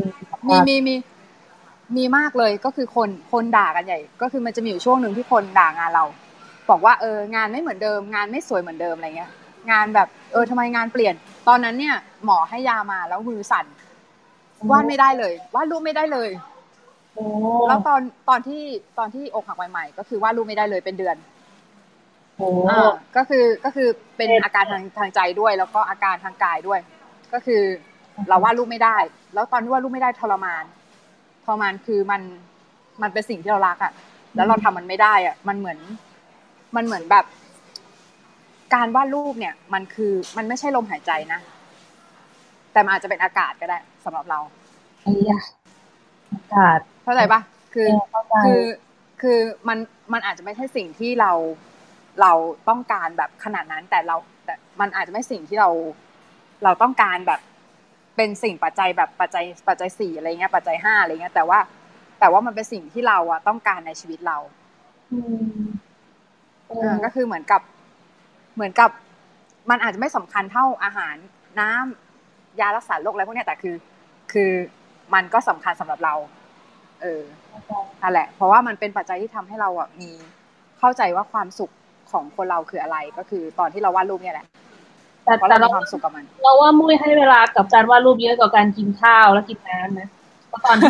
มีมากเลยก็คือคนด่ากันใหญ่ก็คือมันจะมีอยู่ช่วงหนึ่งที่คนด่างานเราบอกว่างานไม่เหมือนเดิมงานไม่สวยเหมือนเดิมอะไรเงี้ยงานแบบทำไมงานเปลี่ยนตอนนั้นเนี่ยหมอให้ยามาแล้วมือสั่นวาดไม่ได้เลยวาดรูปไม่ได้เลยโอ้แล้วตอนที่อกหักใหม่ๆก็คือวาดรูปไม่ได้เลยเป็นเดือนโอ้ก็คือเป็นอาการทางใจด้วยแล้วก็อาการทางกายด้วยก็คือเราวาดรูปไม่ได้แล้วตอนที่วาดรูปไม่ได้ทรมานคือมันเป็นสิ่งที่เรารักอ่ะแล้วเราทำมันไม่ได้อ่ะมันเหมือนแบบการวาดรูปเนี่ยมันไม่ใช่ลมหายใจนะแต่มันอาจจะเป็นอากาศก็ได้สำหรับเราอากาศเข้าใจปะคือมันอาจจะไม่ใช่สิ่งที่เราต้องการแบบขนาดนั้นแต่มันอาจจะไม่สิ่งที่เราต้องการแบบเป็นสิ่งปัจจัยแบบปัจจัย4อะไรเงี้ยปัจจัย5อะไรเงี้ยแต่ว่ามันเป็นสิ่งที่เราอะต้องการในชีวิตเราก็คือเหมือนกับมันอาจจะไม่สำคัญเท่าอาหารน้ำยารักษาโรคอะไรพวกนี้แต่คือมันก็สำคัญสำหรับเรานั่นแหละเพราะว่ามันเป็นปัจจัยที่ทำให้เราอ่ะมีเข้าใจว่าความสุขของคนเราคืออะไรก็คือตอนที่เราวาดรูปเนี่ยแหละแต่เราความสุขกับมันเราว่ามุ้ยให้เวลากับการวาดรูปเยอะกว่าการกินข้าวและกินน้ำนะเพราะตอนที่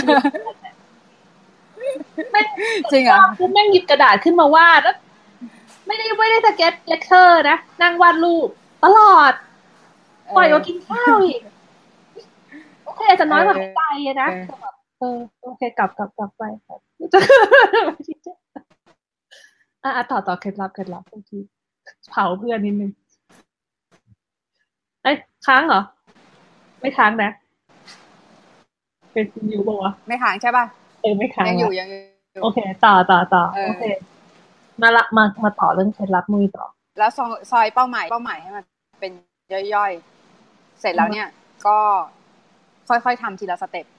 จริงอ่ะคือแม่งหยิบกระดาษขึ้นมาวาดแล้วไม่ได้สเก็ตเลคเชอร์นะนั่งวาดรูปตลอดปล่อยว่ากินข้าวอีกโอเคอาจจะน้อยกว่าใจนะแบบโอเคกลับไปต่อเคล็ดลับบางทีเผาเพื่อนนิดนึงค้างเหรอไม่ค้างนะเป็นอยู่ป่ะวะไม่ค้างใช่ป่ะไม่ค้างยังอยู่โอเคต่อโอเคมาต่อเรื่องเคล็ดลับมือต่อแล้วซอยเป้าหมายให้มันเป็นย่อยๆเสร็จแล้วเนี่ยก็ค่อยๆทำทีละสเต็ป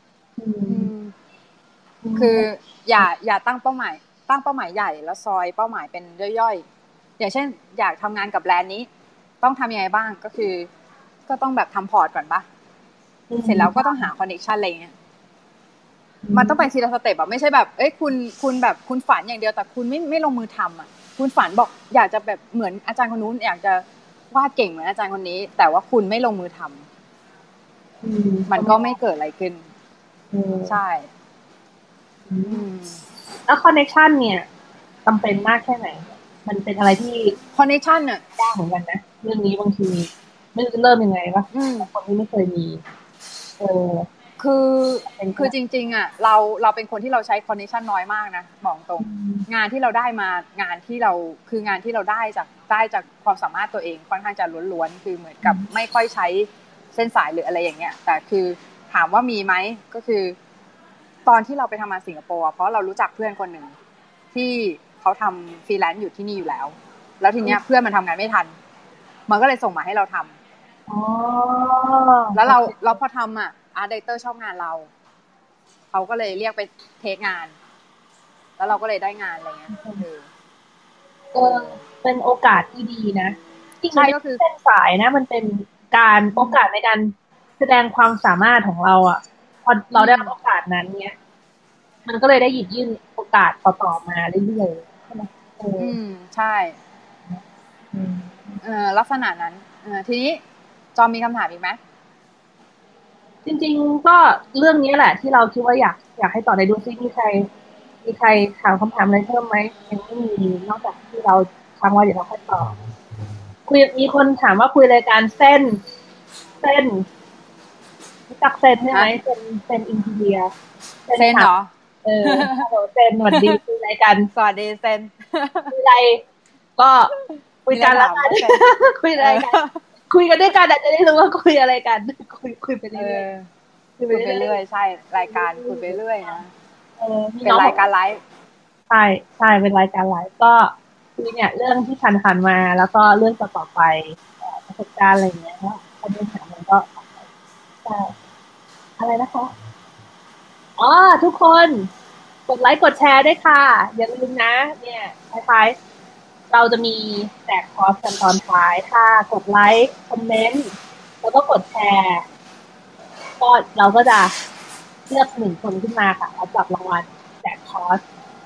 คืออย่าตั้งเป้าหมายใหญ่แล้วซอยเป้าหมายเป็นย่อยๆอย่างเช่นอยากทำงานกับแบรนด์นี้ต้องทำยังไงบ้างก็คือก็ต้องแบบทำพอร์ตก่อนปะเสร็จแล้วก็ต้องหาคอนเนคชั่นอะไรเงี้ยมันต้องไปทีละสเต็ปอะไม่ใช่แบบคุณแบบคุณฝันอย่างเดียวแต่คุณไม่ลงมือทำอะคุณฝันบอกอยากจะแบบเหมือนอาจารย์คนนู้นอยากจะวาดเก่งเหมือนอาจารย์คนนี้แต่ว่าคุณไม่ลงมือทำมันก็ไม่เกิดอะไรขึ้นใช่แล้วคอนเนคชั่นเนี่ยจำเป็นมากแค่ไหนมันเป็นอะไรที่คอนเนคชั่นเนี่ยยากเหมือนกันนะเรื่องนี้บางทีไม่รู้จะเริ่มยังไงวะคนที่ไม่เคยมีคือจริงๆอ่ะเราเป็นคนที่เราใช้คอนเนคชั่นน้อยมากนะบอกตรงงานที่เราได้มางานที่เราคืองานที่เราได้จากความสามารถตัวเองค่อนข้างจะล้วนๆคือเหมือนกับไม่ค่อยใช้เส้นสายหรืออะไรอย่างเงี้ยแต่คือถามว่ามีไหมก็คือตอนที่เราไปทำงานสิงคโปร์เพราะเรารู้จักเพื่อนคนหนึ่งที่เขาทำฟรีแลนซ์อยู่ที่นี่อยู่แล้วทีเนี้ยเพื่อนมันทำงานไม่ทันมันก็เลยส่งมาให้เราทำแล้วเราพอทำอ่ะอาร์ตไดเตอร์ชอบงานเราเขาก็เลยเรียกไปเทคงานแล้วเราก็เลยได้งานอะไรเงี้ยเป็นโอกาสที่ดีนะใช่ก็คือเส้นสายนะมันเป็นการโอกาสในการแสดงความสามารถของเราอ่ะพอเราได้รับโอกาสนั้นเนี้ยมันก็เลยได้หยิบยื่นโอกาสต่อมาเรื่อยๆใช่ไหมใช่ลักษณะนั้นทีนี้จอมมีคำถามอีกไหมจริงๆก็เรื่องนี้แหละที่เราคิดว่าอยากให้ต่อในดูซิมีใครถามคำถามอะไรเพิ่มไหมยังไม่มีนอกจากที่เราค้างไว้เดี๋ยวเราค่อยตอบมีคนถามว่าคุยรายการเส้นรู้จักเส้นใช่ไหมเส้นอินเดียเส้นเหรอเส้นสวัสดีคุยรายการสวัสดีเส้นคุยอะไรก็คุยกันแล้วกันคุยอะไรกันคุยกันด้วยกันอาจจะได้รู้ว่าคุยอะไรกันคุยไปเรื่อยคุยไปเรื่อยใช่รายการคุยไปเรื่อยนะเป็นรายการไลฟ์ใช่เป็นรายการไลฟ์ก็คุยเนี่ยเรื่องที่ผ่านมาแล้วก็เรื่องต่อไปประสบการณ์อะไรเงี้ยแล้วประเด็นถามมันก็ใช่อะไรนะคะทุกคนกดไลค์กดแชร์ด้วยค่ะอย่าลืมนะเนี่ยท้ายเราจะมีแจกคอร์สกันตอนท้ายถ้ากดไลค์คอมเมนต์แล้วก็กดแชร์ก็เราก็จะเลือก1 คนขึ้นมาค่ะแล้วจับรางวัลแจกคอร์ส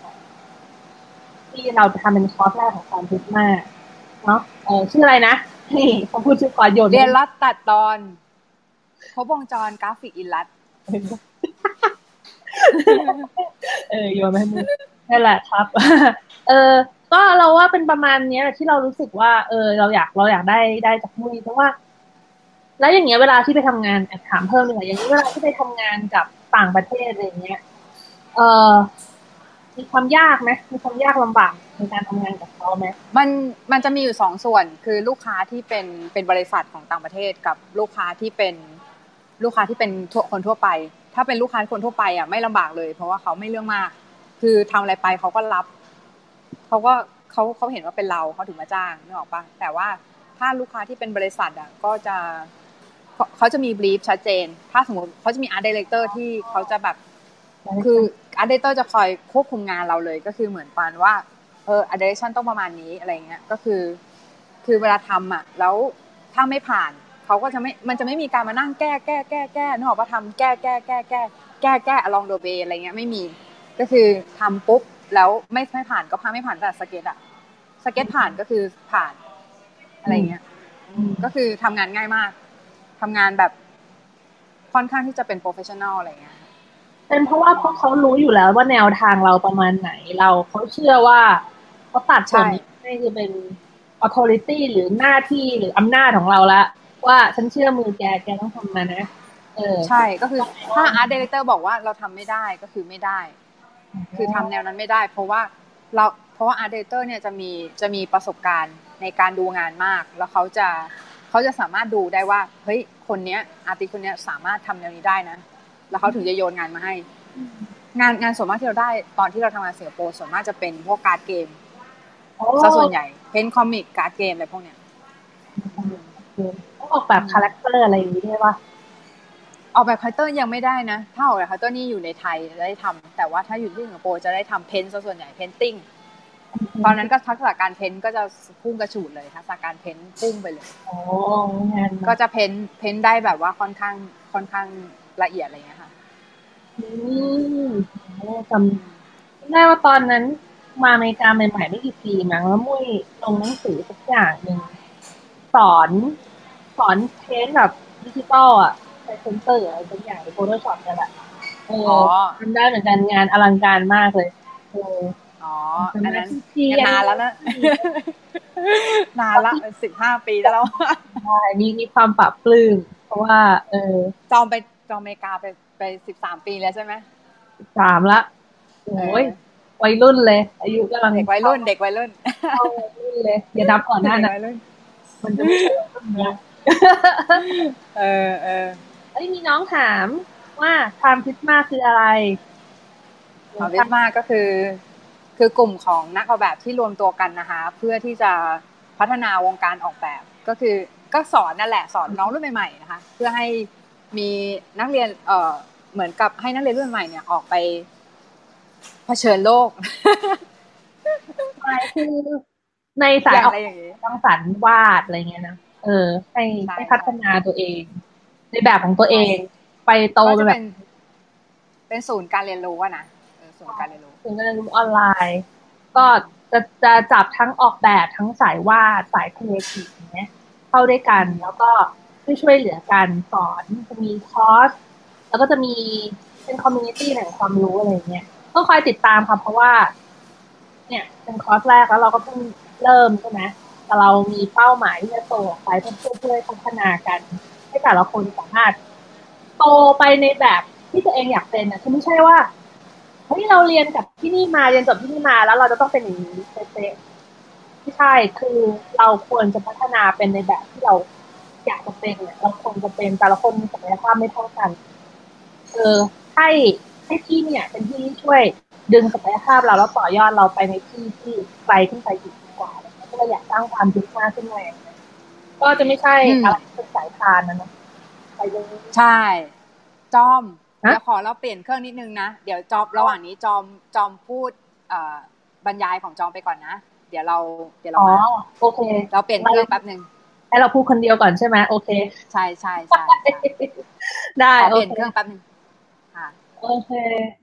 ที่เราจะทำเป็นคอร์สแรกของการพิจมาเนาะชื่ออะไรนะนี่เขาพูดชื่อคอร์สโยนเรียนรัดตัดตอนครบวงจรกราฟิกอินลัดโยนมาให้มึงนั่นแหละครับ ก็เราว่าเป็นประมาณเนี้ยที่เรารู้สึกว่าเราอยากได้จากมุ้ยเพราะว่าแล้วอย่างเงี้ยเวลาที่ไปทำงานถามเพิ่มเลยอย่างนี้เวลาที่ไปทำงานกับต่างประเทศอะไรเงี้ยเออมีความยากไหมมีความยากลำบากในการทำงานกับเขาไหมมันจะมีอยู่2ส่วนคือลูกค้าที่เป็นบริษัทของต่างประเทศกับลูกค้าที่เป็นคนทั่วไปถ้าเป็นลูกค้าคนทั่วไปอ่ะไม่ลำบากเลยเพราะว่าเขาไม่เรื่องมากคือทำอะไรไปเขาก็รับเขาเห็นว่าเป็นเราเขาถึงมาจ้างนึกออกปะแต่ว่าถ้าลูกค้าที่เป็นบริษัทอ่ะก็จะเขาจะมีบรีฟชัดเจนถ้าสมมติเขาจะมีอาร์ตไดเรคเตอร์ที่เขาจะแบบคืออาร์ตไดเรคเตอร์จะคอยควบคุมงานเราเลยก็คือเหมือนปานว่าอาร์ตไดเรคชั่นต้องประมาณนี้อะไรเงี้ยก็คือเวลาทำอ่ะแล้วถ้าไม่ผ่านเขาก็จะไม่มันจะไม่มีการมานั่งแก้นึกออกปะทำแก้along the way อะไรเงี้ยไม่มีก็คือทำปุ๊บแล้วไม่ผ่านก็ไม่ผ่านแต่สเก็ตผ่านก็คือผ่านอะไรเงี้ยก็คือทำงานง่ายมากทำงานแบบค่อนข้างที่จะเป็นโปรเฟสชั่นอลอะไรเงี้ยเป็นเพราะว่าเขารู้อยู่แล้วว่าแนวทางเราประมาณไหนเขาเชื่อว่าเขาตัดส่วนนี้ให้คือเป็น authority หรือหน้าที่หรืออำนาจของเราละว่าฉันเชื่อมือแกต้องทำมานะใช่ก็คือถ้า Art Director บอกว่าเราทำไม่ได้ก็คือไม่ได้คือทำแนวนั้นไม่ได้เพราะว่าArt Director เนี่ยจะมีประสบการณ์ในการดูงานมากแล้วเขาจะสามารถดูได้ว่าเฮ้ยคนเนี้ยอาร์ติสต์คนเนี้ยสามารถทำแนวนี้ได้นะแล้วเขาถึงจะโยนงานมาให้งานส่วนมากที่เราได้ตอนที่เราทำงานสิงคโปร์ส่วนมากจะเป็นพวกการ์ดเกมซะส่วนใหญ่เป็นคอมิกการ์ดเกมอะไรพวกเนี้ยต้องออกแบบคาแรคเตอร์อะไรอย่างนี้ได้ป่ะออกแบบคาแรคเตอร์ยังไม่ได้นะถ้าออกแบบคาแรคเตอร์นี่อยู่ในไทยจะได้ทำแต่ว่าถ้าอยู่ที่สิงคโปร์จะได้ทำเพ้นท์ซะส่วนใหญ่เพนติ้งตอนนั้นก็ทักษะการเพ้นท์ก็จะพุ่งกระฉูดเลยทักษะการเพ้นท์พุ่งไปเลยก็จะเพ้นท์ได้แบบว่าค่อนข้างละเอียดอะไรเงี้ยค่ะจำได้ว่าตอนนั้นมาอเมริกาใหม่ๆไม่กี่ปีมั้งแล้วมุ้ยลงหนังสือสักอย่างนึงสอนเพ้นท์แบบดิจิตอลอ่ะใช้เซนเซอร์อะไรบางอย่างใน Photoshop นั่นแหละทำได้เหมือนกันงานอลังการมากเลยอันนั้นนานแล้วนะนานละ15 ปีแล้วใช่มีความปรับปลื้มเพราะว่าจอมอเมริกาไป13 ปีแล้วใช่ไหม 13ละโอ้ยวัยรุ่นเลยอายุกำลังเด็กวัยรุ่นเลยอย่านับก่อนหน้านะมันจะไม่ใช่นะมีน้องถามว่าไทม์พิสมาคืออะไรไทม์พิสมาก็คือกลุ่มของนักออกแบบที่รวมตัวกันนะคะเพื่อที่จะพัฒนาวงการออกแบบก็สอนนั่นแหละสอนน้องรุ่นใหม่ๆนะคะเพื่อให้มีนักเรียนเหมือนกับให้นักเรียนรุ่นใหม่เนี่ยออกไปเผชิญโลกคือในสายออกแบบสรรวาดอะไรเงี้ยนะให้พัฒนาตัวเองในแบบของตัวเองไปโตเป็นศูนย์การเรียนรู้นะศูนย์การเรียนรู้ออนไลน์ก็จะจับทั้งออกแบบทั้งสายวาดสายครีเอทีฟเนี้ยเข้าด้วยกันแล้วก็ช่วยเหลือกันสอนจะมีคอร์สแล้วก็จะมีเป็นคอมมูนิตี้แห่งความรู้อะไรเงี้ยต้องคอยติดตามค่ะเพราะว่าเนี่ยเป็นคอร์สแรกแล้วเราก็เพิ่งเริ่มใช่ไหมแต่เรามีเป้าหมายที่จะโตออกไปเพื่อพัฒนากันให้แต่ละคนสามารถโตไปในแบบที่ตัวเองอยากเป็นนะคือไม่ใช่ว่าเฮ้ยเราเรียนกับที่นี่มาเรียนจบที่นี่มาแล้วเราจะต้องเป็นอย่างนี้เป๊ะไม่ใช่คือเราควรจะพัฒนาเป็นในแบบที่เราอยากจะเป็นเนี่ยเราควรจะเป็นแต่ละคนมีศักยภาพไม่เท่ากันให้ที่เนี่ยเป็นที่ช่วยดึงศักยภาพเราแล้วต่อยอดเราไปในที่ไกลขึ้นไปอีกกว่าก็เลยอยากสร้างความดึงมากขึ้นมาก็จะไม่ใช่อะไรเป็นสายทานนะไปเลยใช่จอมเดี๋ยวขอเราเปลี่ยนเครื่องนิดนึงนะเดี๋ยวจอมระหว่างนี้จอมพูดบรรยายของจอมไปก่อนนะเดี๋ยวเรามาโอเคเราเปลี่ยนเครื่องแป๊บนึงให้เราพูดคนเดียวก่อนใช่ไหมโอเคใช่ได้เปลี่ยนเครื่องแป๊บนึงค่ะโอเค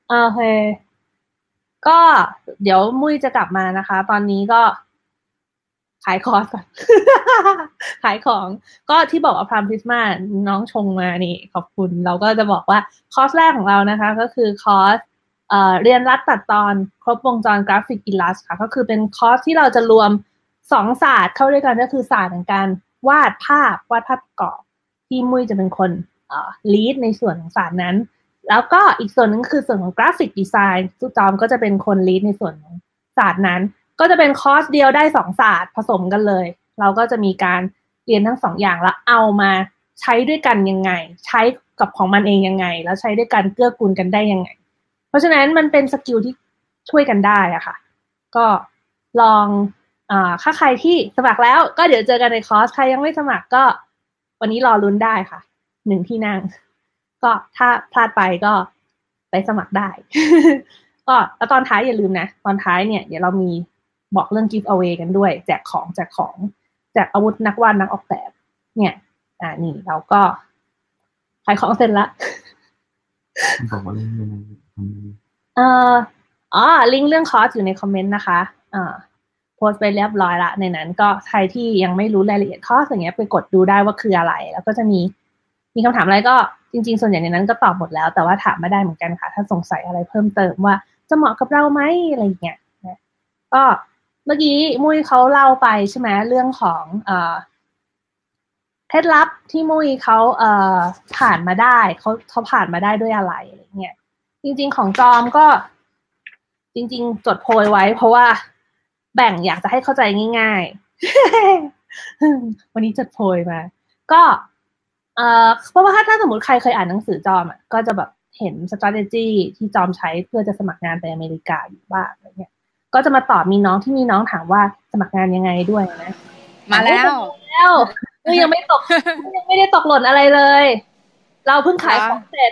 ก็เดี๋ยวมุ้ยจะกลับมานะคะตอนนี้ก็ขายคอร์สก่อน ขายของก็ที่บอกว่าพรามพิสมาน้องชงมานี่ขอบคุณเราก็จะบอกว่าคอร์สแรกของเรานะคะก็คือคอร์สเรียนรัดตัดตอนครบวงจรกราฟิกอิลลัสค่ะก็คือเป็นคอร์สที่เราจะรวม2ศาสตร์เข้าด้วยกันก็คือศาสตร์ของการวาดภาพประกอบที่มุ้ยจะเป็นคนลีดในส่วนของศาสตร์นั้นแล้วก็อีกส่วนนึงคือส่วนของกราฟิกดีไซน์จุจอมก็จะเป็นคนลีดในส่วนของศาสตร์นั้นก็จะเป็นคอร์สเดียวได้2ศาสตร์ผสมกันเลยเราก็จะมีการเรียนทั้ง2อย่างแล้วเอามาใช้ด้วยกันยังไงใช้กับของมันเองยังไงแล้วใช้ด้วยกันเกื้อกูลกันได้ยังไงเพราะฉะนั้นมันเป็นสกิลที่ช่วยกันได้อะค่ะก็ลองถ้าใครที่สมัครแล้วก็เดี๋ยวเจอกันในคอร์สใครยังไม่สมัครก็วันนี้รอลุ้นได้ค่ะ1ที่นั่งก็ถ้าพลาดไปก็ไปสมัครได้ ก็แล้วตอนท้ายอย่าลืมนะตอนท้ายเนี่ยเดี๋ยวเรามีบอกเรื่อง give away กันด้วยแจกอาวุธนักวาดนักออกแบบเนี่ยนี่เราก็ขายของเสร็จละบอกว่าเรื่องยังไงลิงก์เรื่องคอร์สอยู่ในคอมเมนต์นะคะโพสต์ไปเรียบร้อยละในนั้นก็ใครที่ยังไม่รู้รายละเอียดคอร์สอย่างเงี้ยไปกดดูได้ว่าคืออะไรแล้วก็จะมีคำถามอะไรก็จริงๆส่วนใหญ่ในนั้นก็ตอบหมดแล้วแต่ว่าถามมาได้เหมือนกันค่ะถ้าสงสัยอะไรเพิ่มเติมว่าจะเหมาะกับเราไหมอะไรอย่างเงี้ยก็เมื่อกี้มุ้ยเขาเล่าไปใช่ไหมเรื่องของเคล็ดลับที่มุ้ยเขาผ่านมาได้เขาผ่านมาได้ด้วยอะไรอะไรเงี้ยจริงๆของจอมก็จริงๆจดโพยไว้เพราะว่าแบ่งอยากจะให้เข้าใจง่ายๆ วันนี้จดโพยมาก็เพราะว่าถ้าสมมติใครเคยอ่านหนังสือจอมก็จะแบบเห็น strategy ที่จอมใช้เพื่อจะสมัครงานไปอเมริกาอยู่บ้างอะไรเงี้ยก็จะมาตอบมีน้องถามว่าสมัครงานยังไงด้วยนะมาแล้วยังไม่ได้ตกหล่นอะไรเลยเราเพิ่งขายของเสร็จ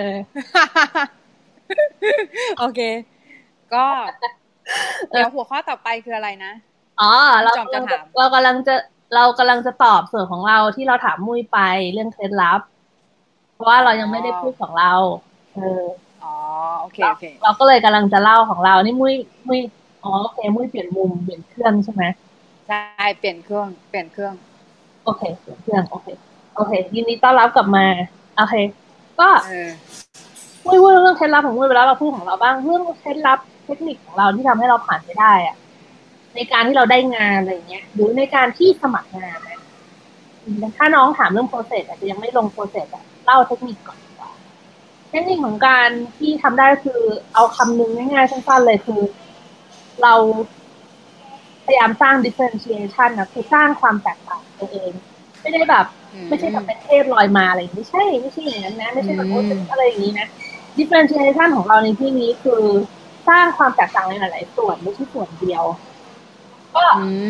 โอเคก็เดี๋ยวหัวข้อต่อไปคืออะไรนะเรากำลังจะตอบส่วนของเราที่เราถามมุ้ยไปเรื่องเคล็ดลับเพราะว่าเรายังไม่ได้พูดของเราโอเคเราก็เลยกำลังจะเล่าของเรานี่มุ้ยโอเคมุ้ยเปลี่ยนมุมเปลี่ยนเครื่องใช่ไหมใช่เปลี่ยนเครื่องโอเคเปลี่ยนเครื่องโอเคยินดีต้อนรับกลับมาโอเคก็มุ้ยพูดเรื่องเคล็ดลับของมุ้ยไปแล้วเราพูดของเราบ้างเรื่องเคล็ดลับเทคนิคของเราที่ทำให้เราผ่านไปได้อะในการที่เราได้งานอะไรเงี้ยหรือในการที่สมัครงานนะถ้าน้องถามเรื่อง process อาจจะยังไม่ลง process เล่าเทคนิคก่อนดีกว่าเทคนิคของการที่ทำได้คือเอาคำนึงง่ายๆสั้นๆเลยคือเราพยายามสร้าง differentiation นะคือสร้างความแตกต่างตัวเองไม่ใช่แบบเป็นเทพลอยมาอะไรไม่ใช่อย่างนั้นนะไม่ใช่แบบอะไรอย่างนี้นะ differentiation ของเราในที่นี้คือสร้างความแตกต่างในหลายๆส่วนไม่ใช่ส่วนเดียวก็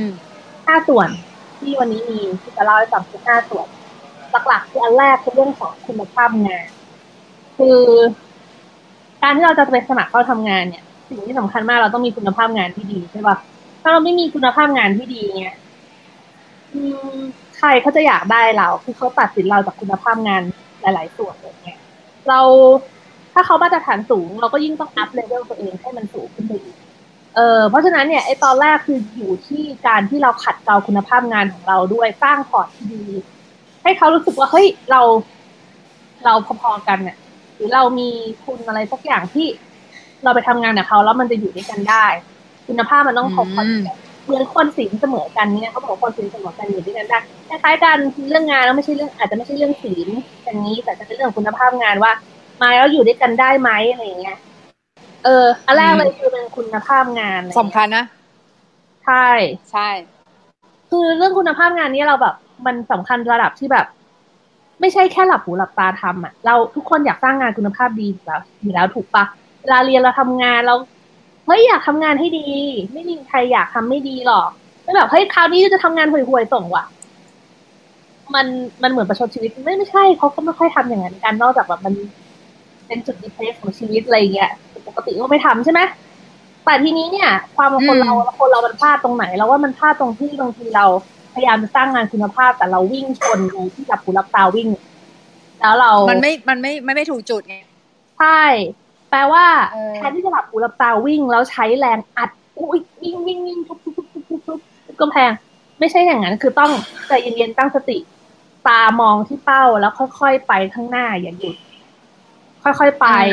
5ส่วนที่วันนี้มีที่จะเล่าให้ฟังคือ5ส่วนหลักๆคืออันแรกคือเรื่องของคุณภาพงานคือการที่เราจะไปสมัครเข้าทำงานเนี่ยสิ่งที่สำคัญมากเราต้องมีคุณภาพงานที่ดีใช่ป่ะถ้าเราไม่มีคุณภาพงานที่ดีเนี่ยใครเขาจะอยากได้เราคือเขาตัดสินเราจากคุณภาพงานหลายๆส่วนเลยเนี่ยถ้าเขามาตรฐานสูงเราก็ยิ่งต้องอัพเลเวลตัวเองให้มันสูงขึ้นไปอีกเพราะฉะนั้นเนี่ยไอ้ตอนแรกคืออยู่ที่การที่เราขัดเกลาคุณภาพงานของเราด้วยสร้างพอร์ตที่ดีให้เขารู้สึกว่าเฮ้ยเราพอๆกันเนี่ยหรือเรามีคุณอะไรสักอย่างที่เราไปทำงานกับเขาแล้วมันจะอยู่ด้วยกันได้คุณภาพมันต้องพอกันเหมือนคนศีลเสมอกันเนี่ยเขาบอกคนศีลเสมอกันอยู่ด้วยกันได้คล้ายๆกันเรื่องงานแล้วไม่ใช่เรื่องอาจจะไม่ใช่เรื่องศีลอย่างนี้แต่จะเป็นเรื่องคุณภาพงานว่ามาแล้วอยู่ด้วยกันได้ไหมอะไรอย่างเงี้ยอันแรกเลยคือเป็นคุณภาพงานสำคัญนะใช่คือเรื่องคุณภาพงานนี้เราแบบมันสำคัญระดับที่แบบไม่ใช่แค่หลับหูหลับตาทำเราทุกคนอยากสร้างงานคุณภาพดีอยู่แล้วถูกปะเวลาเรียนเราทำงานเราเฮ้ยอยากทำงานให้ดีไม่มีใครอยากทำไม่ดีหรอกไม่แบบเฮ้ยคราวนี้จะทำงานห่วยๆส่งว่ะมันเหมือนประชดชีวิตไม่ใช่เขาก็ไม่ค่อยทำอย่างนั้นกันนอกจากแบบมันเป็นจุดดีเพรสของชีวิตอะไรเงี้ยปกติก็ไม่ทำใช่ไหมแต่ทีนี้เนี่ยความคนเรามันพลาดตรงไหนเราว่ามันพลาดตรงที่บางทีเราพยายามจะสร้างงานคุณภาพแต่เราวิ่งชนในที่หลับหูหลับตาวิ่งแล้วมันไม่ถูกจุดไงใช่แปลว่าแทนที่จะหลับหูหลับตาวิ่งแล้วใช้แรงอัดอุ้ยวิ่งทุบกำแพงไม่ใช่อย่างนั้นคือต้องใจเย็นๆตั้งสติตามองที่เป้าแล้วค่อยๆไปข้างหน้าอย่าหยุดค่อยๆไป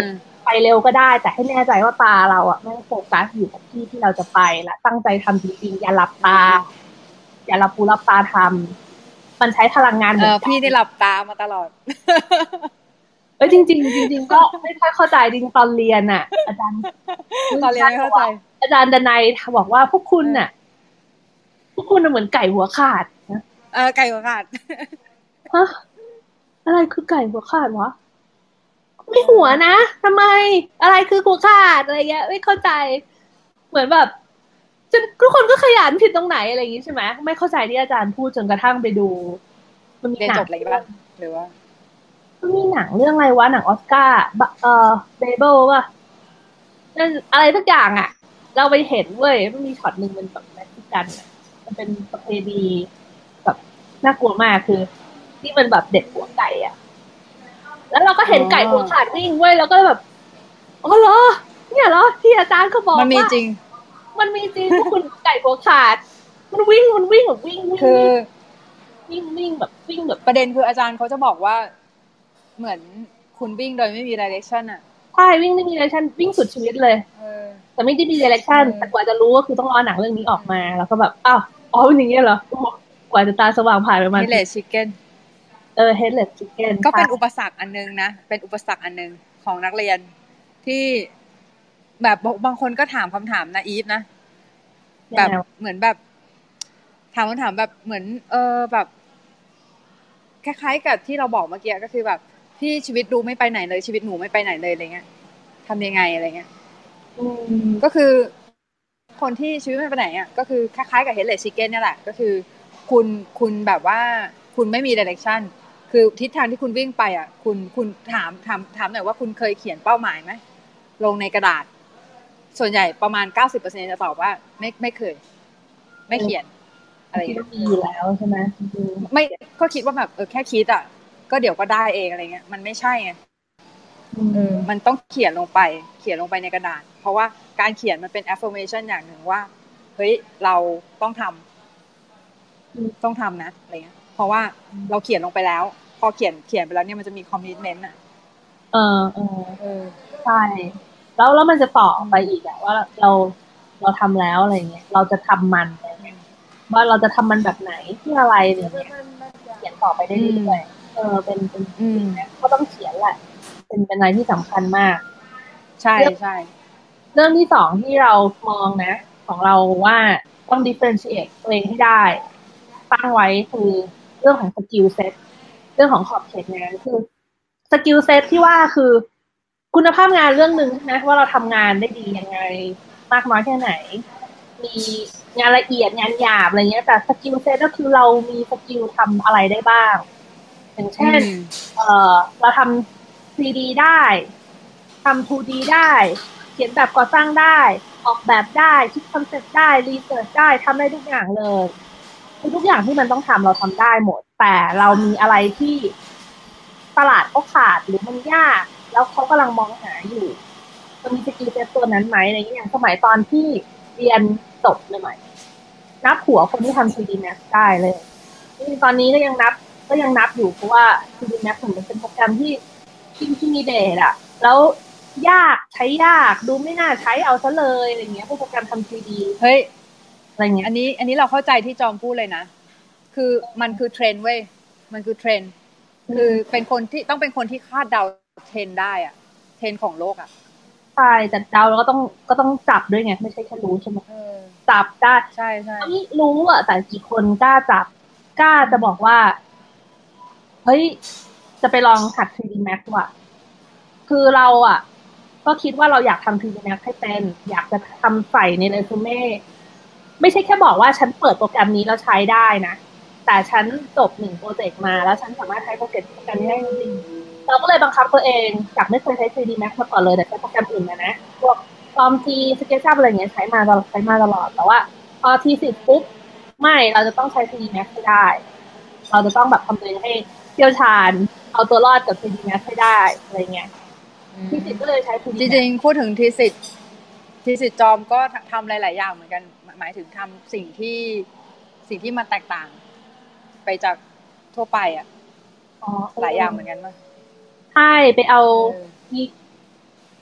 ไปเร็วก็ได้แต่ให้แน่ใจว่าตาเราอ่ะไม่โฟกัสอยู่กับที่ที่เราจะไปและตั้งใจทำจริงๆอย่าหลับตาอย่าหลับหูหลับตาทำมันใช้พลังงานเหมือนกันพี่ได้หลับตามาตลอดจริงๆจริงๆก็ไม่ค่อยเข้าใจจริงตอนเรียนอ่ะอาจารย์ตอนเรียนไม่เข้าใจอาจารย์ดนัยบอกว่าพวกคุณน่ะพวกคุณเหมือนไก่หัวขาดนะไก่หัวขาดฮะอะไรคือไก่หัวขาดวะไม่หัวนะทำไมอะไรคือหัวขาดอะไรเงี้ยไม่เข้าใจเหมือนแบบจนทุกคนก็ขยันผิดตรงไหนอะไรอย่างงี้ใช่ไหมไม่เข้าใจที่อาจารย์พูดจนกระทั่งไปดูมันมีหนังจบอะไรบ้างหรือว่ามันมีหนังเรื่องอะไรวะหนังออสการ์เบเบิลป่ะนั่นอะไรทุกอย่างอ่ะเราไปเห็นเว้ยมันมีช็อตนึงเป็นแบบเม็กซิกันมันเป็นประเพณีแบบน่ากลัวมากคือที่มันแบบเด็ดหัวไก่อ่ะแล้วเราก็เห็นไก่หัวขาดวิ่งเว้ยแล้วก็แบบอ๋อเหรอเนี่ยเหรอที่อาจารย์เขาบอกว่ามันมีจริงพวกคุณไก่หัวขาดมันวิ่งแบบวิ่งคือวิ่งแบบประเด็นคืออาจารย์เขาจะบอกว่าเหมือนคุณวิ่งโดยไม่มี direction อ่ะใช่วิ่งไม่มี direction วิ่งสุดชีวิตเลยแต่ไม่ได้มี direction แต่กว่าจะรู้ก็คือต้องรอหนังเรื่องนี้ออกมาแล้วก็แบบอ้าวอ๋ออย่างเงี้ยเหรอกว่าจะตาสว่างผ่านไปมา Headless Chicken Headless Chicken ก็เป็นอุปสรรคอันนึงนะเป็นอุปสรรคอันนึงของนักเรียนที่แบบบางคนก็ถามคำถามนาอีฟนะแบบเหมือนแบบถามคำถามแบบเหมือนแบบคล้ายๆกับที่เราบอกเมื่อกี้ก็คือแบบที่ชีวิตดูไม่ไปไหนเลยชีวิตหนูไม่ไปไหนเลยอะไรเงี้ยทำยังไงอะไรเงี้ยก็คือคนที่ชีวิตไม่ไปไหนอ่ะก็คือคล้ายๆกับ Headless Chicken นี่แหละก็คือคุณแบบว่าคุณไม่มี direction คือทิศทางที่คุณวิ่งไปอ่ะคุณถามหน่อยว่าคุณเคยเขียนเป้าหมายไหมลงในกระดาษส่วนใหญ่ประมาณ 90% จะตอบว่าไม่เคยไม่เขียนอะไรอย่างเงี้ยมีอยู่แล้วใช่ไหมไม่ก็คิดว่าแบบแค่คิดอ่ะก็เดี๋ยวก็ได้เองอะไรเงี้ยมันไม่ใช่ไงมันต้องเขียนลงไปในกระดาษเพราะว่าการเขียนมันเป็น affirmation อย่างหนึ่งว่าเฮ้ยเราต้องทำนะอะไรเงี้ยเพราะว่าเราเขียนลงไปแล้วพอเขียนไปแล้วเนี่ยมันจะมี commitment อ่ะใช่แล้วมันจะต่อไปอีกอะว่าเราทำแล้วอะไรเงี้ยเราจะทำมันอะไรเงี้ยว่าเราจะทำมันแบบไหนที่อะไรอะไรเงี้ยเขียนต่อไปได้เรื่อยๆเป็นก็ต้องเขียนแหละเป็นอะไรที่สำคัญมากใช่เรื่องที่สองที่เรามองนะของเราว่าต้อง differentiate ตัวเองให้ได้ตั้งไว้คือเรื่องของสกิลเซ็ตเรื่องของขอบเขตงานคือสกิลเซ็ตที่ว่าคือคุณภาพงานเรื่องนึงใช่ไหมว่าเราทำงานได้ดียังไงมากน้อยแค่ไหนมีงานละเอียดงานหยาบอะไรเงี้ยแต่สกิลเซ็ตก็คือเรามีสกิลทำอะไรได้บ้างอย่างเช่นเราทำ 3D ได้ทำ 2D ได้เขียนแบบก่อสร้างได้ออกแบบได้คิดคอนเซ็ปต์ได้รีเสิร์ชได้ทำได้ทุกอย่างเลยคือทุกอย่างที่มันต้องทำเราทำได้หมดแต่เรามีอะไรที่ตลาดเขาขาดหรือมันยากแล้วเขากำลังมองหาอยู่จะมีสกิลเซ็ตตัวนั้นไหมอะไรอย่างสมัยตอนที่เรียนจบใหม่นับหัวคนที่ทำ 3D Max ได้เลยตอนนี้ก็ยังนับอยู่เพราะว่า 3D Max มันเป็นโปรแกรมที่มีเดทอะแล้วยากใช้ยากดูไม่น่าใช้เอาซะเลยอะไรเงี้ยโปรแกรมทำ 3D เฮ้ยอะไรเงี้ยอันนี้เราเข้าใจที่จอมพูดเลยนะคือมันคือเทรนด์เว้ยมันคือเทรนด์คือเป็นคนที่ต้องเป็นคนที่คาดเดาเทรนด์ได้อะเทรนด์ของโลกอะใช่แต่เดาแล้วก็ต้องจับด้วยไงไม่ใช่แค่รู้ใช่ไหมจับได้ใช่ไม่รู้อะแต่กี่คนกล้าจับกล้าจะบอกว่าเฮ้ยจะไปลองหัด 3D Max ว่ะคือเราอะก็คิดว่าเราอยากทำ 3D Max ให้เป็นอยากจะทำใส่ในเรซูเม่ไม่ใช่แค่บอกว่าฉันเปิดโปรแกรมนี้แล้วใช้ได้นะแต่ฉันจบ1โปรเจกต์มาแล้วฉันสามารถใช้โปรแกรมนี้ได้จริงเราก็เลยบังคับตัวเองจากไม่เคยใช้ 3D Max มาก่อนเลยแต่ใช้โปรแกรมอื่นนะพวกProm.G SketchUp อะไรเงี้ยใช้มาตลอดแต่ว่าพอที10ปุ๊บไม่เราจะต้องใช้ 3D Max ให้ได้เราจะต้องแบบทำตัวเองให้เชี่ยวชาญเอาตัวรอดกับ 3D Max ให้ได้อะไรเงี้ยที10ก็เลยใช้ 3D Max จริงๆพูดถึงที10จอมก็ทำหลายๆอย่างเหมือนกันหมายถึงทำสิ่งที่มันแตกต่างไปจากทั่วไปอ่ะหลายอย่างเหมือนกันป่ะใช่ไปเอา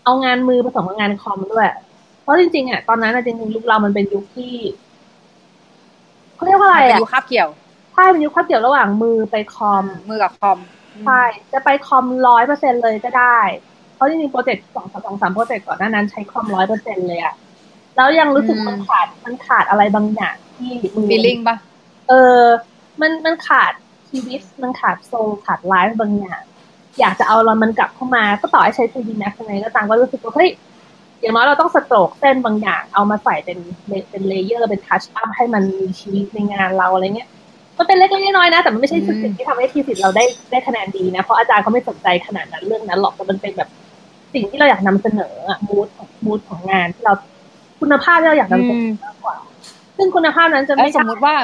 เอางานมือผสมกับงานคอมด้วยเพราะจริงๆอ่ะตอนนั้นจริงๆยุคเรามันเป็นยุคที่เขาเรียกว่าอะไรเป็นอ่ะยุคคาบเกี่ยวใช่เป็นยุคคาบเกี่ยวระหว่างมือไปคอมมือกับคอมใช่จะไปคอม100%เลยก็ได้เพราะจริงๆโปรเจกต์2-3โปรเจกต์ก่อนหน้านั้นใช้คอม100%เลยอ่ะแล้วยังรู้สึกมันขาดอะไรบางอย่างที่มือ feeling ป่ะเออมันขาดชีวิตมันขาดโซลขาดไลฟ์บางอย่างอยากจะเอามันกลับเข้ามาก็ต่อให้ใช้ 3D Max ยังไงก็ตามก็รู้สึกว่าเฮ้ยอย่างน้อยเราต้องสโตรกเส้นบางอย่างเอามาใส่เป็นเลเยอร์เป็นทัชอัพให้มันมีชีวิตในงานเราอะไรเงี้ยมันเป็นเล็กๆน้อยๆนะแต่มันไม่ใช่สิ่งที่ทำให้ทีสิทธิ์เราได้คะแนนดีนะเพราะอาจารย์เขาไม่สนใจขนาดนั้นเรื่องนั้นหรอกแต่มันเป็นแบบสิ่งที่เราอยากนำเสนออะมูดของงานที่เราคุณภาพที่เราอยากนำเสนอมากกว่าซึ่งคุณภาพนั้นจะไม่สมมติว่า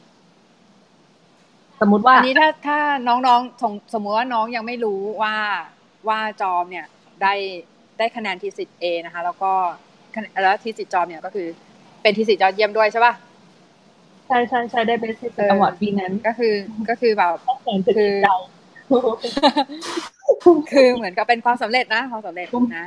อันนี้ถ้าน้องๆสมมติว่าน้องยังไม่รู้ว่าจอมเนี่ยได้คะแนนทีสิทธิ์ A นะคะแล้วทีสิทธิ์จอมเนี่ยก็คือเป็นทีสิทธิ์ยอดเยี่ยมด้วยใช่ป่ะใช่ได้เป็นทีสิทธิ์อวอร์ดปีนั้นก็คือแบบคือเหมือนกับเป็นความสำเร็จนะความสำเร็จนะ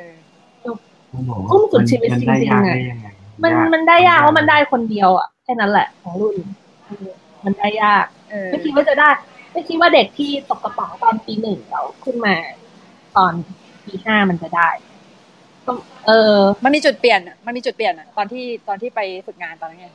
คุ้มสุดชีวิตจริงๆอ่ะมันได้ยากเพราะมันได้คนเดียวอ่ะแค่นั้นแหละของรุ่นมันได้ยากไม่คิดว่าจะได้ไม่คิดว่าเด็กที่ตกกระป๋องตอนปี 1แล้วขึ้นมาตอนปี 5มันจะได้มันมีจุดเปลี่ยนตอนที่ไปฝึกงานตอนนั้นไง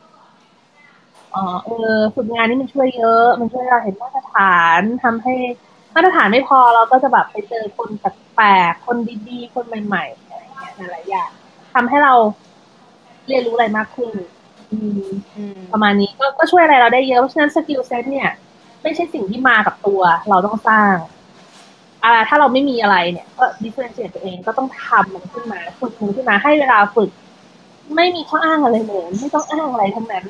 ฝึกงานนี่มันช่วยเยอะมันช่วยเราเห็นมาตรฐานทำให้มาตรฐานไม่พอเราก็จะแบบไปเจอคนแปลกๆคนดีๆคนใหม่ๆอะไรเงี้ยหลายอย่างทำให้เราเรียนรู้อะไรมากขึ้นประมาณนี้ก็ช่วยอะไรเราได้เยอะเพราะฉะนั้นสกิลเซ็ตเนี่ยไม่ใช่สิ่งที่มากับตัวเราต้องสร้างถ้าเราไม่มีอะไรเนี่ยก็ดิเฟอเรนเชียตตัวเองก็ต้องทำมันขึ้นมาฝึกมันขึ้นมาให้เวลาฝึกไม่มีข้ออ้างอะไรเลยไม่ต้องอ้างอะไรทั้งนั้น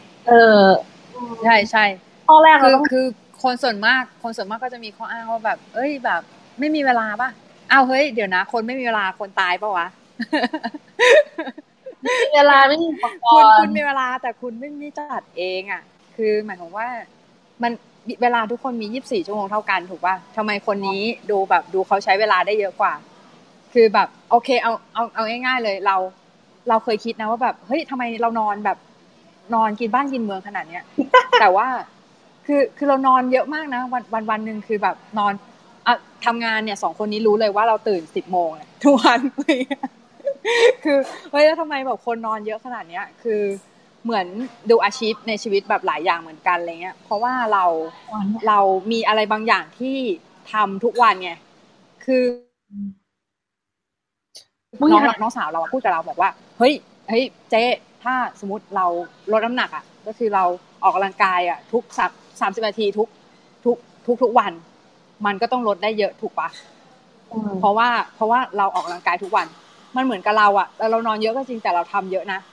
ใช่ข้อแรกคือคนส่วนมากก็จะมีข้ออ้างว่าแบบเอ้ยแบบไม่มีเวลาป่ะอ้าวเฮ้ยเดี๋ยวนะคนไม่มีเวลาคนตายป่ะวะมีเวลาไม่มีคุณมีเวลาแต่คุณไม่จัดเองอ่ะคือหมายความว่ามันเวลาทุกคนมี24ชั่วโมงเท่ากันถูกป่ะทำไมคนนี้ดูเขาใช้เวลาได้เยอะกว่าคือแบบโอเคเอาง่ายๆเลยเราเคยคิดนะว่าแบบเฮ้ยทำไมเรานอนแบบนอนกินบ้านกินเมืองขนาดเนี้ยแต่ว่าคือเรานอนเยอะมากนะวันนึงคือแบบนอนทำงานเนี่ย2คนนี้รู้เลยว่าเราตื่น10 โมงทุกวันคือเฮ้ยแล้วทำไมแบบคนนอนเยอะขนาดเนี้ยคือเหมือนดูอาชีพในชีวิตแบบหลายอย่างเหมือนกันอะไรเงี้ยเพราะว่าเรามีอะไรบางอย่างที่ทำทุกวันไงคือน้องสาวเราพูดกับเราบอกว่าเฮ้ยเจ๊ถ้าสมมติเราลดน้ำหนักอ่ะก็คือเราออกกำลังกายอ่ะทุก30 นาทีทุกวันมันก็ต้องลดได้เยอะถูกปะเพราะว่าเราออกกำลังกายทุกวันมันเหมือนกับเราอ่ะเรานอนเยอะก็จริงแต่เราทำเยอะนะ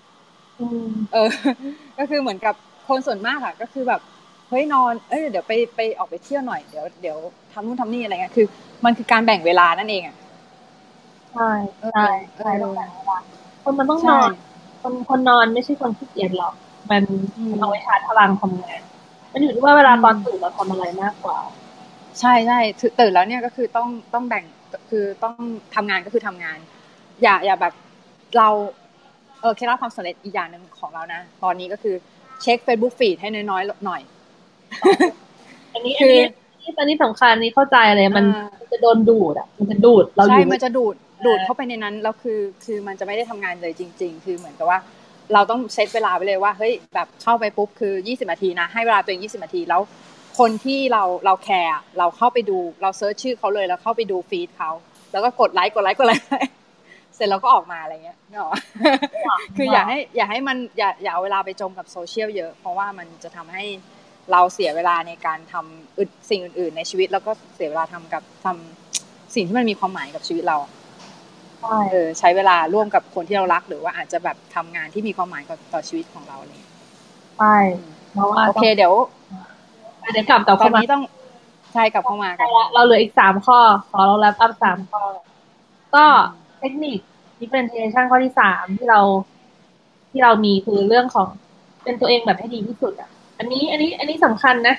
ก็คือเหมือนกับคนส่วนมากอ่ะก็คือแบบเฮ้ยนอนเดี๋ยวไปออกไปเที่ยวหน่อยเดี๋ยวทำนู่นทำนี่อะไรเงี้ยคือมันคือการแบ่งเวลานั่นเองอ่ะใช่ต้องแบ่งเวลาคนมันต้องนอนคนนอนไม่ใช่คนขี้เกียจหรอกมันเอาไว้ชาร์จพลังทำงานมันอยู่ที่ว่าเวลาตอนตื่นเราทำอะไรมากกว่าใช่ตื่นแล้วเนี่ยก็คือต้องแบ่งคือต้องทำงานก็คือทำงานอย่าแบบเราเคล็ดลับความสำเร็จอีกอย่างนึงของเรานะตอนนี้ก็คือเช็ค Facebook feed ให้น้อยๆหน่อยอันนี้สำคัญนี้เข้าใจเลยมันจะโดนดูดอ่ะมันจะดูดเราใช่มันจะดูดเข้าไปในนั้นแล้วคือมันจะไม่ได้ทำงานเลยจริงๆคือเหมือนกับว่าเราต้องเซตเวลาไปเลยว่าเฮ้ยแบบเข้าไปปุ๊บคือ20 นาทีนะให้เวลาตัวเอง20 นาทีแล้วคนที่เราแคร์เราเข้าไปดูเราเซิร์ชชื่อเขาเลยแล้วเข้าไปดูฟีดเขาแล้วก็กดไลค์เสร็จแล้วก็ออกมาอะไรเงี้ยเนาะคืออย่าให้มันอย่าเอาเวลาไปจมกับโซเชียลเยอะเพราะว่ามันจะทำให้เราเสียเวลาในการทำสิ่งอื่นๆในชีวิตแล้วก็เสียเวลาทำสิ่งที่มันมีความหมายกับชีวิตเราใช้เวลาร่วมกับคนที่เรารักหรือว่าอาจจะแบบทำงานที่มีความหมายต่อชีวิตของเราเนี่ยใช่เพราะว่าโอเคเดี๋ยวกลับตอนนี้ต้องใช่กลับเข้ามากันเราเหลืออีก3ข้อขอเราแรปอัพ3ข้อก็เทคนิค differentiation ข้อที่3ที่เรามีคือเรื่องของเป็นตัวเองแบบให้ดีที่สุดอ่ะอันนี้สำคัญนะ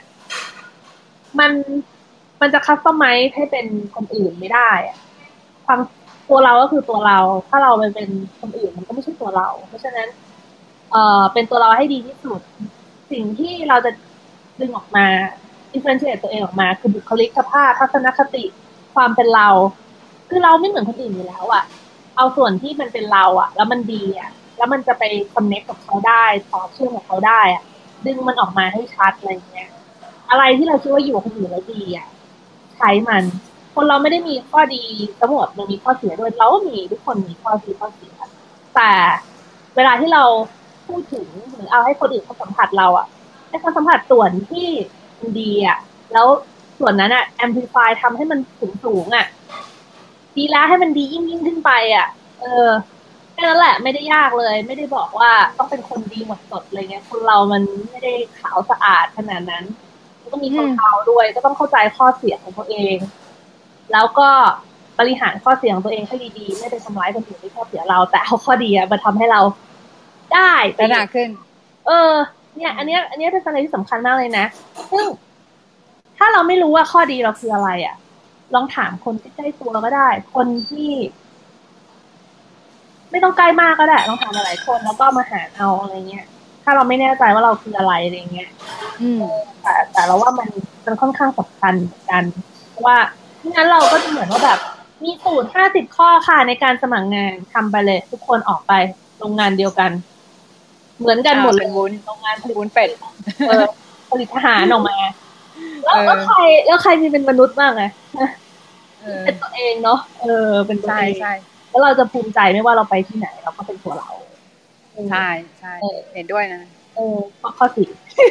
มันจะคัสตอมไมซ์ให้เป็นคนอื่นไม่ได้อ่ะความตัวเราก็คือตัวเราถ้าเราไปเป็นคนอื่นมันก็ไม่ใช่ตัวเราเพราะฉะนั้นเป็นตัวเราให้ดีที่สุดสิ่งที่เราจะดึงออกมาdifferentiate ตัวเองออกมาคือบุคลิกภาพทัศนคติความเป็นเราคือเราไม่เหมือนคนอื่นอยู่แล้วอ่ะเอาส่วนที่มันเป็นเราอ่ะแล้วมันดีอ่ะแล้วมันจะไป connect กับเขาได้ต่อเชื่อมกับเขาได้อ่ะดึงมันออกมาให้ชัดอะไรเงี้ยอะไรที่เราคิดว่าอยู่กับคนอื่นแล้วดีอ่ะใช้มันคนเราไม่ได้มีข้อดีทั้งหมดมันมีข้อเสียด้วยเราก็มีทุกคนมีข้อดีข้อเสียแต่เวลาที่เราพูดถึงหรือเอาให้คนอื่นเขาสัมผัสเราอ่ะให้เขาสัมผัสส่วนที่มันดีอ่ะแล้วส่วนนั้นอ่ะ amplify ทำให้มันสูงอ่ะดีแล้วให้มันดียิ่งขึ้นไปอ่ะแค่นั้นแหละไม่ได้ยากเลยไม่ได้บอกว่าต้องเป็นคนดีหมดจดอะไรเงี้ยคนเรามันไม่ได้ขาวสะอาดขนาดนั้นก็มีคนเทาด้วยก็ต้องเข้าใจข้อเสียของตัวเองแล้วก็บริหารข้อเสียของตัวเองให้ดีๆไม่ไปทำร้ายคนอื่นที่ข้อเสียเราแต่เอาข้อดีมาทำให้เราได้พัฒนาขึ้นเนี่ยอันนี้เป็นอะไรที่สำคัญมากเลยนะซึ่งถ้าเราไม่รู้ว่าข้อดีเราคืออะไรอ่ะลองถามคนที่ใกล้ตัวก็ได้คนที่ไม่ต้องใกล้มากก็ได้ลองถามหลายคนแล้วก็มาหาเอาอะไรเงี้ยถ้าเราไม่แน่ใจว่าเราคืออะไรอะไรเงี้ยแต่เราว่ามันค่อนข้างสำคัญเหมือนกันเพราะว่าไม่งั้นเราก็จะเหมือนว่าแบบมีสูตร50 ข้อค่ะในการสมัครงานทำไปเลยทุกคนออกไปโรงงานเดียวกันเหมือนกันหมดเลยโรงงานผลิตวุ้นเป็ดผลิตอาหารออกมาแล้วใครมีเป็นมนุษย์บ้างไงเป็นตัวเองเนาะเป็นตัวเองใช่แล้วเราจะภูมิใจไม่ว่าเราไปที่ไหนเราก็เป็นตัวเราใช่เห็นด้วยนะข้อสี่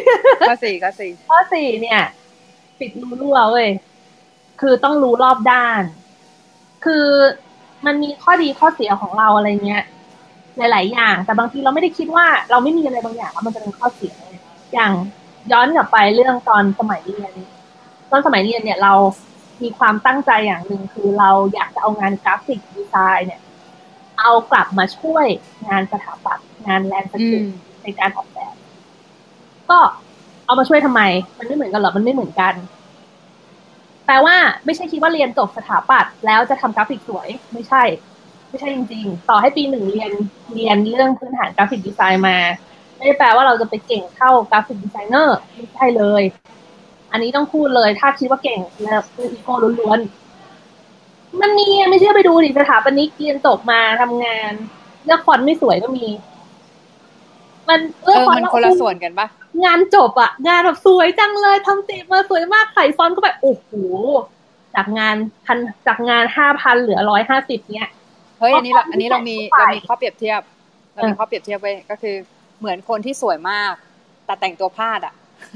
เนี่ยปิดรูรั่วเว้ยคือต้องรู้รอบด้านคือมันมีข้อดีข้อเสียของเราอะไรเงี้ยหลายๆอย่างแต่บางทีเราไม่ได้คิดว่าเราไม่มีอะไรบางอย่างแล้วมันจะเป็นข้อเสียอย่างย้อนกลับไปเรื่องตอนสมัยเรียนเนี่ยเรามีความตั้งใจอย่างหนึ่งคือเราอยากจะเอางานกราฟิกดีไซน์เนี่ยเอากลับมาช่วยงานสถาปัตย์งานแลนด์สเคปในการออกแบบก็เอามาช่วยทำไมมันไม่เหมือนกันหรอมันไม่เหมือนกันแปลว่าไม่ใช่คิดว่าเรียนจบสถาปัตย์แล้วจะทำกราฟิกสวยไม่ใช่จริงๆต่อให้ปี 1เรียนเรื่องพื้นฐานกราฟิกดีไซน์มาไม่ได้แปลว่าเราจะไปเก่งเท่ากราฟิกดีไซเนอร์ไม่ใช่เลยอันนี้ต้องพูดเลยถ้าคิดว่าเก่งแล้วคืออีโก้ล้วนๆมันมีไม่เชื่อไปดูดิสถาปนิกเรียนจบมาทำงานเลือกฟอนต์ไม่สวยก็มีมันมันคนละส่วนกันปะงานจบอะงานแบบสวยจังเลยทำติมาสวยมากใส่ฟอนต์ก็แบบโอ้โหจากงาน5,000เหลือ150เนี้ยเฮ้ยอันนี้เรามีข้อเปรียบเทียบไว้ก็คือเหมือนคนที่สวยมากแต่แต่งตัวพลาดอะ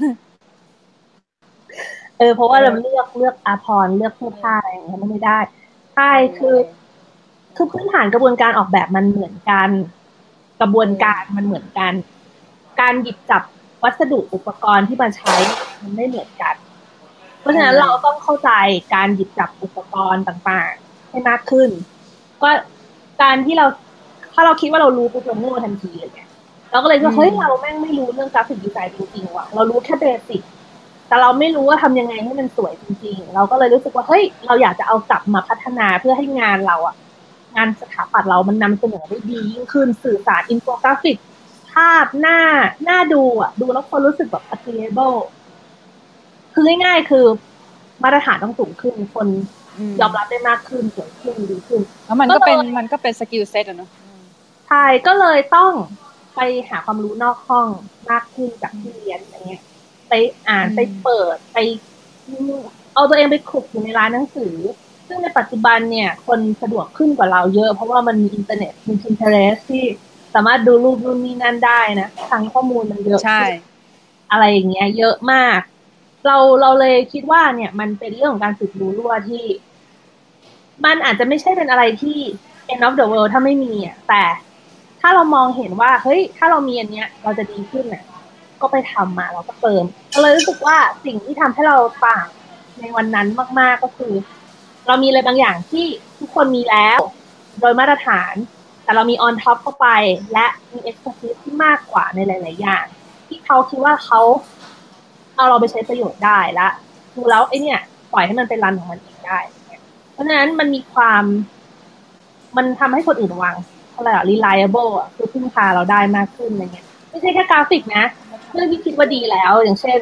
เพราะว่าเราเลือกอาภรณ์เลือกเสื้อผ้าอะไรอย่างเงี้ยไม่ได้ใช่คือพื้นฐานกระบวนการออกแบบมันเหมือนกันกระบวนการมันเหมือนกันการหยิบจับวัสดุอุปกรณ์ที่มาใช้มันไม่เหมือนกันเพราะฉะนั้นเราต้องเข้าใจการหยิบจับอุปกรณ์ต่างๆให้มากขึ้นก็การที่ถ้าเราคิดว่าเรารู้ปุ๊บเราโง่ทันทีเลยเนี่ยเราก็เลยว่าเฮ้ยเราแม่งไม่รู้เรื่องกราฟิกดีไซน์จริงๆว่ะเรารู้แค่เบสิกแต่เราไม่รู้ว่าทำยังไงให้มันสวยจริงๆเราก็เลยรู้สึกว่าเฮ้ยเราอยากจะเอากลับมาพัฒนาเพื่อให้งานเราอะงานสถาปัตย์เรามันนำเสนอได้ดียิ่งขึ้นสื่อสารอินโฟกราฟิกภาพหน้าดูอ่ะดูแล้วคนรู้สึกแบบ attainable คือง่ายๆคือมาตรฐานต้องสูงขึ้นคนยอมรับได้มากขึ้นสวยขึ้นดีขึ้นแล้วมันก็เป็นสกิลเซ็ตอ่ะเนาะใช่ก็เลยต้องไปหาความรู้นอกห้องมากขึ้นจากที่เรียนอย่างเงี้ยไปอ่านไปเปิดไปเอาตัวเองไปคลุกอยู่ในร้านหนังสือซึ่งในปัจจุบันเนี่ยคนสะดวกขึ้นกว่าเราเยอะเพราะว่ามันมีอินเทอร์เน็ตมี Pinterest ที่สามารถดูรูปนู่นนี่นั่นได้นะทางข้อมูลมันเยอะใช่อะไรอย่างเงี้ยเยอะมากเราเลยคิดว่าเนี่ยมันเป็นเรื่องของการฝึกรู้รั่วที่มันอาจจะไม่ใช่เป็นอะไรที่ end of the world ถ้าไม่มีอ่ะแต่ถ้าเรามองเห็นว่าเฮ้ยถ้าเรามีอันเนี้ยเราจะดีขึ้นอ่ะก็ไปทำมาเราก็เติมเราเลยรู้สึกว่าสิ่งที่ทำให้เราต่างในวันนั้นมากๆก็คือเรามีอะไรบางอย่างที่ทุกคนมีแล้วโดยมาตรฐานแต่เรามี on top เข้าไปและมี expertise ที่มากกว่าในหลายๆอย่างที่เขาคิดว่าเขาเอาเราไปใช้ประโยชน์ได้และดูแล้วไอ้เนี่ยปล่อยให้มันเป็นรันของมันเองได้เพราะฉะนั้นมันมีความมันทำให้คนอื่นวางอะไรอะ reliable อะคือพึ่งพาเราได้มากขึ้นอะไรเงี้ยไม่ใช่แค่กราฟิกนะเรื่องที่คิดว่าดีแล้วอย่างเช่น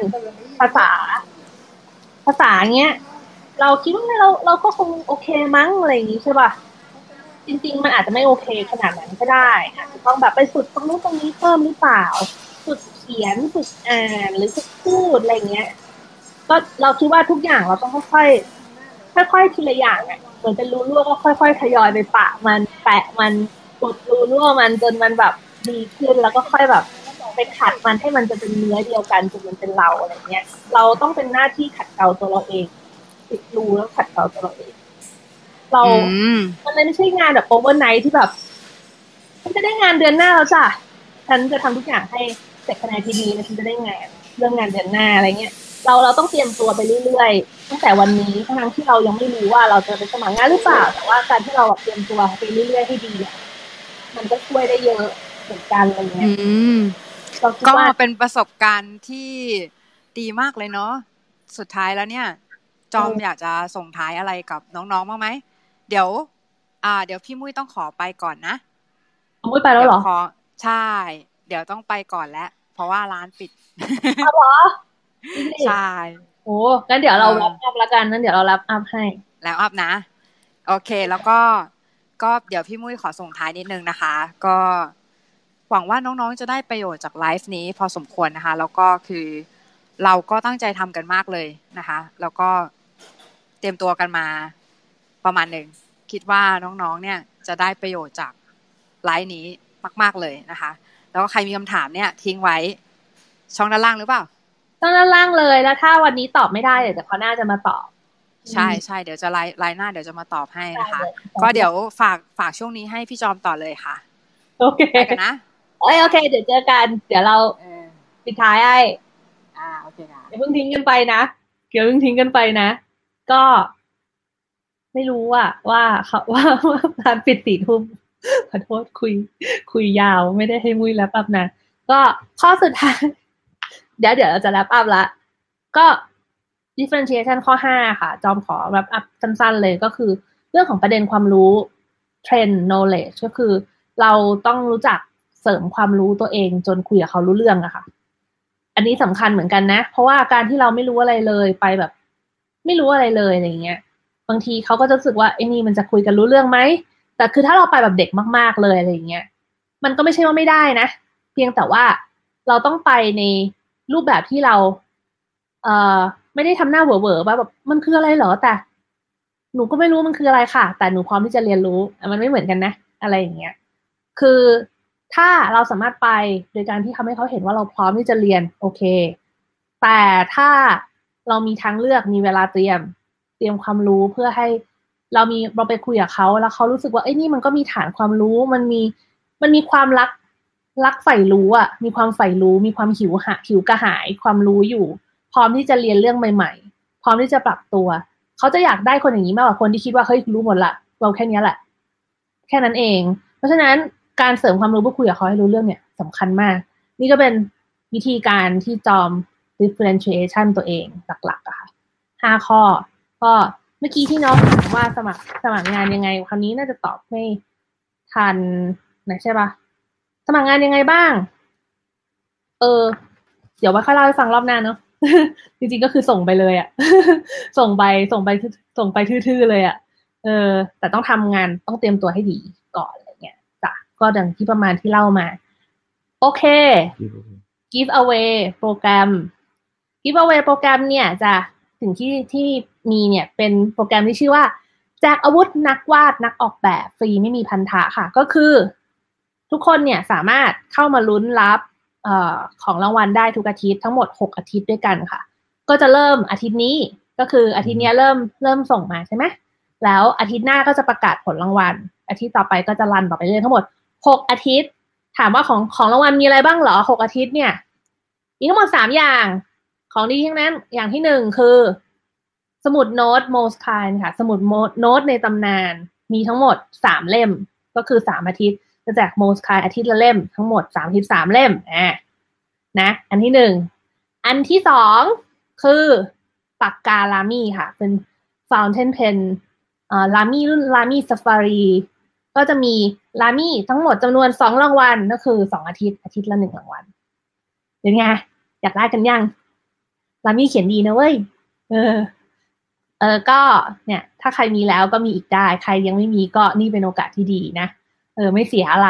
ภาษาเงี้ยเราคิดว่าเราก็คงโอเคมั้งอะไรอย่างงี้ใช่ป่ะจริงๆมันอาจจะไม่โอเคขนาดนั้นก็ได้อาจจะต้องแบบไปฝึกตรงนู้นตรงนี้เพิ่มหรือเปล่าฝึกเขียนฝึกอ่านหรือฝึกพูดอะไรเงี้ยก็เราคิดว่าทุกอย่างเราต้องค่อยๆทีละอย่างอ่ะเหมือนเป็นรูรั่วก็ค่อยๆทยอยไปปะมันแปะมันอุดรูรั่วมันจนมันแบบดีขึ้นแล้วก็ค่อยแบบไปขัดมันให้มันจะเป็นเนื้อเดียวกันจนมันเป็นเราอะไรเงี้ยเราต้องเป็นหน้าที่ขัดเกลาตัวเราเองติดรูแล้วขัดเกลาตัวเราเองเรามันเลยไม่ใช่งานแบบโอเวอร์ไนท์ที่แบบฉันจะได้งานเดือนหน้าแล้วจ้ะฉันจะทำทุกอย่างให้เสร็จภายในทีนี้แล้วฉันจะได้งานเรื่องงานเดือนหน้าอะไรเงี้ยเราต้องเตรียมตัวไปเรื่อยๆตั้งแต่วันนี้ทั้งที่เรายังไม่รู้ว่าเราจะไปสมัครงานหรือเปล่าแต่ว่าการที่เราเตรียมตัวไปเรื่อยๆให้ดีมันก็ช่วยได้เยอะเหมือนกันอะไรเงี้ยก็เป็นประสบการณ์ที่ดีมากเลยเนาะสุดท้ายแล้วเนี่ยจอมอยากจะส่งท้ายอะไรกับน้องๆบ้างไหมเดี๋ยวพี่มุ้ยต้องขอไปก่อนนะมุ้ยไปแล้วเหรอใช่เดี๋ยวต้องไปก่อนแล้วเพราะว่าร้านปิดเหรอใช่โอ้งั้นเดี๋ยวเรารับอัพละกันงั้นเดี๋ยวเรารับอัพให้แล้วอัพนะโอเคแล้วก็เดี๋ยวพี่มุ้ยขอส่งท้ายนิดนึงนะคะก็หวังว่าน้องๆจะได้ประโยชน์จากไลฟ์นี้พอสมควรนะคะแล้วก็คือเราก็ตั้งใจทำกันมากเลยนะคะแล้วก็เตรียมตัวกันมาประมาณหนึ่งคิดว่าน้องๆเนี่ยจะได้ประโยชน์จากไลฟ์นี้มากๆเลยนะคะแล้วก็ใครมีคำถามเนี่ยทิ้งไว้ช่องด้านล่างหรือเปล่าช่องด้านล่างเลยแล้วถ้าวันนี้ตอบไม่ได้เดี๋ยวเขาน่าจะมาตอบใช่เดี๋ยวจะไลน์หน้าเดี๋ยวจะมาตอบให้นะคะก็เดี๋ยวฝากช่วงนี้ให้พี่จอมต่อเลยค่ะโอเคไปกันนะโอเคเดี๋ยวเจอกันเดี๋ยวเราปิดท้ายให้โอเคค่ะอย่าเพิ่งทิ้งกันไปนะเดี๋ยวเพิ่งทิ้งกันไปนะก็ไม่รู้ว่าเขาว่าร้านปิด4 ทุ่มขอโทษคุยยาวไม่ได้ให้มุ้ยแรปอัพนะก็ข้อสุดท้ายเดี๋ยวเราจะแรปอัพละก็ differentiation ข้อ5ค่ะจอมขอแรปอัพสั้นๆเลยก็คือเรื่องของประเด็นความรู้ trend knowledge ก็คือเราต้องรู้จักเสริมความรู้ตัวเองจนคุยกับเขารู้เรื่องอะค่ะอันนี้สำคัญเหมือนกันนะเพราะว่าการที่เราไม่รู้อะไรเลยไปแบบไม่รู้อะไรเลยอะไรเงี้ยบางทีเขาก็จะรู้สึกว่าไอ้นี่มันจะคุยกันรู้เรื่องไหมแต่คือถ้าเราไปแบบเด็กมากๆเลยอะไรเงี้ยมันก็ไม่ใช่ว่าไม่ได้นะเพียงแต่ว่าเราต้องไปในรูปแบบที่เราไม่ได้ทำหน้าเหวอๆแบบมันคืออะไรเหรอแต่หนูก็ไม่รู้มันคืออะไรค่ะแต่หนูพร้อมที่จะเรียนรู้มันไม่เหมือนกันนะอะไรอย่างเงี้ยคือถ้าเราสามารถไปโดยการที่ทำให้เขาเห็นว่าเราพร้อมที่จะเรียนโอเคแต่ถ้าเรามีทางเลือกมีเวลาเตรียมความรู้เพื่อให้เราไปคุยกับเขาแล้วเขารู้สึกว่าไอ้นี่มันก็มีฐานความรู้มันมีความรักใฝ่รู้อ่ะมีความใฝ่รู้มีความหิวกระหายความรู้อยู่พร้อมที่จะเรียนเรื่องใหม่ๆพร้อมที่จะปรับตัวเขาจะอยากได้คนอย่างนี้มากกว่าคนที่คิดว่าเฮ้ยรู้หมดละเราแค่นี้แหละแค่นั้นเองเพราะฉะนั้นการเสริมความรู้เพื่อคุยกับเขาให้รู้เรื่องเนี่ยสำคัญมากนี่ก็เป็นวิธีการที่จอม differentiation ตัวเองหลักๆอะค่ะ5 ข้อก็เมื่อกี้ที่น้องถามว่าสมัครงานยังไงคราวนี้น่าจะตอบไม่ทันนะใช่ปะสมัครงานยังไงบ้างเดี๋ยวไว้ค่อยเล่าให้ฟังรอบหน้าเนาะ จริงๆก็คือส่งไปเลยอะ ส่งไปทื่อๆเลยอะแต่ต้องทำงานต้องเตรียมตัวให้ดีก่อนอะไรเงี้ยจ้ะก็ดังที่ประมาณที่เล่ามาโอเค give away โปรแกรม give away โปรแกรมเนี่ยจะถึงที่มีเนี่ยเป็นโปรแกรมที่ชื่อว่าแจกอาวุธนักวาดนักออกแบบฟรีไม่มีพันธะค่ะก็คือทุกคนเนี่ยสามารถเข้ามาลุ้นรับของรางวัลได้ทุกอาทิตย์ทั้งหมด6 อาทิตย์ด้วยกันค่ะก็จะเริ่มอาทิตย์นี้ก็คืออาทิตย์นี้เริ่มส่งมาใช่ไหมแล้วอาทิตย์หน้าก็จะประกาศผลรางวัลอาทิตย์ต่อไปก็จะรันต่อไปเรื่อยทั้งหมด6 อาทิตย์ถามว่าของรางวัลมีอะไรบ้างเหรอ6 อาทิตย์เนี่ยมีทั้งหมด3 อย่างของดีทั้งนั้นอย่างที่1คือสมุดโน้ต Most Kind ค่ะสมุดโน้ตในตำนานมีทั้งหมด3 เล่มก็คือ3 อาทิตย์จะแจก Most Kind อาทิตย์ละเล่มทั้งหมด3 อาทิตย์3 เล่มนะอันที่1อันที่2คือปากกาลามี่ค่ะเป็น Fountain Pen ลามี่รุ่นลามี่ Safari ก็จะมีลามี่ทั้งหมดจำนวน2รางวัลก็คือ2อาทิตย์ละ1รางวัลเป็นไงอยากได้กันยังลามี่เขียนดีนะเว้ยก็เนี่ยถ้าใครมีแล้วก็มีอีกได้ใครยังไม่มีก็นี่เป็นโอกาสที่ดีนะไม่เสียอะไร